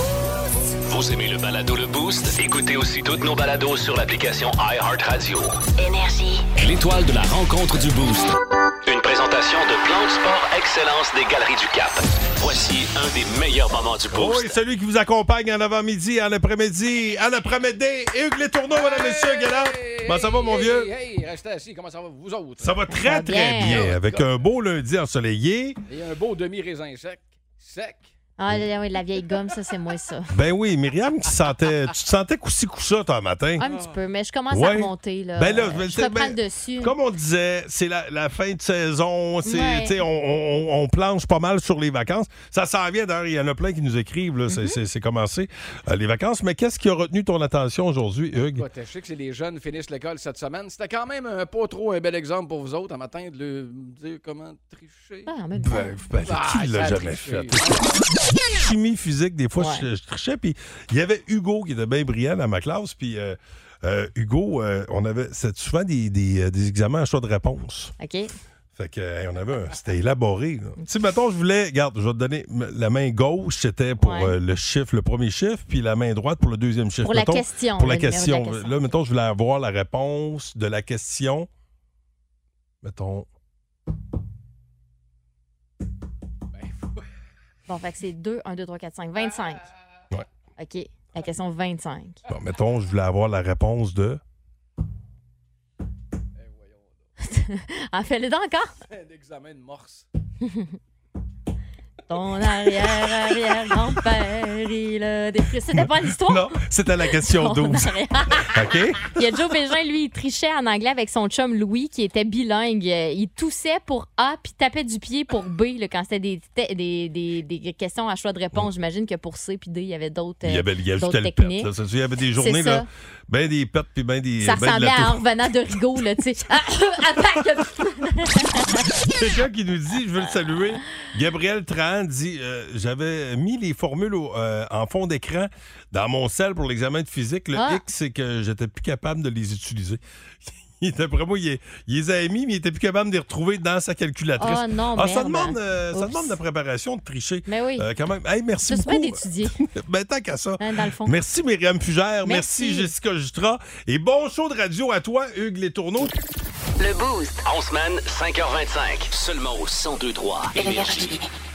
Speaker 1: Vous aimez le balado Le Boost? Écoutez aussi toutes nos balados sur l'application iHeartRadio.
Speaker 19: Énergie.
Speaker 1: L'étoile de la rencontre du Boost. Une présentation de Plan de Sport Excellence des Galeries du Cap. Voici un des meilleurs moments du Boost.
Speaker 2: Oui, celui qui vous accompagne en avant-midi, en après-midi, en après-midi. Hugues Les Tourneaux, mesdames et messieurs, Galant. Comment ça va, mon vieux?
Speaker 20: Hey, hey, restez assis. Comment ça va, vous autres?
Speaker 2: Ça va très,
Speaker 4: va
Speaker 2: très
Speaker 4: bien.
Speaker 2: bien. Avec un beau lundi ensoleillé.
Speaker 20: Et un beau demi-raisin sec. Sec.
Speaker 4: Ah, là, oui, la vieille gomme, ça, c'est moi, ça.
Speaker 2: Ben oui, Myriam, tu, sentais, tu te sentais coussi coussa toi, matin.
Speaker 4: Un petit peu, mais je commence
Speaker 2: Ouais.
Speaker 4: à remonter, là.
Speaker 2: Ben là,
Speaker 4: Euh,
Speaker 2: ben,
Speaker 4: je
Speaker 2: c'est-
Speaker 4: reprends
Speaker 2: ben,
Speaker 4: le dessus.
Speaker 2: Comme on disait, c'est la, la fin de saison. C'est,
Speaker 4: Ouais.
Speaker 2: tu sais, on, on, on planche pas mal sur les vacances. Ça s'en vient, d'ailleurs. Il y en a plein qui nous écrivent. Là,
Speaker 4: Mm-hmm.
Speaker 2: c'est, c'est, c'est commencé, euh, les vacances. Mais qu'est-ce qui a retenu ton attention aujourd'hui, Hugues?
Speaker 20: Écoute, je sais que c'est les jeunes finissent l'école cette semaine. C'était quand même un pas trop un bel exemple pour vous autres un matin de le dire comment tricher.
Speaker 4: Ah, en même temps.
Speaker 2: Ben, ben,
Speaker 20: Ah,
Speaker 2: qui l'a
Speaker 20: ça a
Speaker 2: jamais
Speaker 20: triché.
Speaker 2: fait? Chimie physique, des fois,
Speaker 4: Ouais.
Speaker 2: je, je trichais. Puis il y avait Hugo qui était bien brillant dans ma classe. Puis euh, euh, Hugo, euh, on avait c'était souvent des, des, euh, des examens à choix de réponse.
Speaker 4: OK.
Speaker 2: Fait que, hey, on avait un- c'était élaboré. là. Tu sais, mettons, je voulais, regarde, je vais te donner m- la main gauche, c'était pour
Speaker 4: Ouais.
Speaker 2: euh, le chiffre, le premier chiffre, puis la main droite pour le deuxième chiffre.
Speaker 4: Pour la
Speaker 2: Mettons,
Speaker 4: question,
Speaker 2: Pour la
Speaker 4: le numéro de la
Speaker 2: question.
Speaker 4: question.
Speaker 2: Là, mettons, je voulais avoir la réponse de la question. Mettons.
Speaker 4: Bon, fait que c'est deux, un, deux, trois, quatre, cinq, vingt-cinq.
Speaker 2: Ouais.
Speaker 4: OK. La question vingt-cinq.
Speaker 2: Bon, mettons, je voulais avoir la réponse de.
Speaker 4: Ah, fais-le donc encore.
Speaker 20: Un examen de morse.
Speaker 4: Ton arrière-arrière-grand-père, il a des... C'était pas l'histoire?
Speaker 2: Non, c'était la question
Speaker 4: Ton
Speaker 2: douze.
Speaker 4: arrière-
Speaker 2: OK?
Speaker 4: Il y a Joe Bégin, lui, il trichait en anglais avec son chum Louis, qui était bilingue. Euh, Il toussait pour A, puis tapait du pied pour B, là, quand c'était des, te- des, des, des questions à choix de réponse. J'imagine que pour C puis D, il y avait d'autres euh,
Speaker 2: Il y avait, il y
Speaker 4: d'autres
Speaker 2: ajoutait le pet.
Speaker 4: techniques.
Speaker 2: Là. Ça, il y avait des journées,
Speaker 4: C'est ça.
Speaker 2: là, ben des pets puis ben des.
Speaker 4: Ça
Speaker 2: ben de
Speaker 4: ressemblait
Speaker 2: la
Speaker 4: à
Speaker 2: toux.
Speaker 4: en revenant de Rigaud, là, tu sais. Ah, attaque!
Speaker 2: Quelqu'un qui nous dit, je veux le saluer, Gabriel Trahan dit euh, j'avais mis les formules au- euh, en fond d'écran dans mon cell pour l'examen de physique. Le
Speaker 4: Ah.
Speaker 2: X, c'est que j'étais plus capable de les utiliser. Il était, après moi, il, il les a mis, mais il était plus capable de les retrouver dans sa calculatrice.
Speaker 4: Oh non,
Speaker 2: Ah, ça,
Speaker 4: merde.
Speaker 2: demande, euh, ça
Speaker 4: Oups.
Speaker 2: demande de la préparation, de tricher.
Speaker 4: Mais oui.
Speaker 2: Euh, quand même. Hey, merci
Speaker 4: C'est
Speaker 2: beaucoup.
Speaker 4: bien d'étudier.
Speaker 2: Ben, tant qu'à ça.
Speaker 4: Hein, dans le fond.
Speaker 2: Merci Myriam Fugère. Merci.
Speaker 4: Merci.
Speaker 2: Jessica Jutra. Et bon show de radio à toi, Hugues Les Tourneaux.
Speaker 19: Le Boost.
Speaker 1: En semaine, cinq heures vingt-cinq. Seulement au cent deux trois Énergie.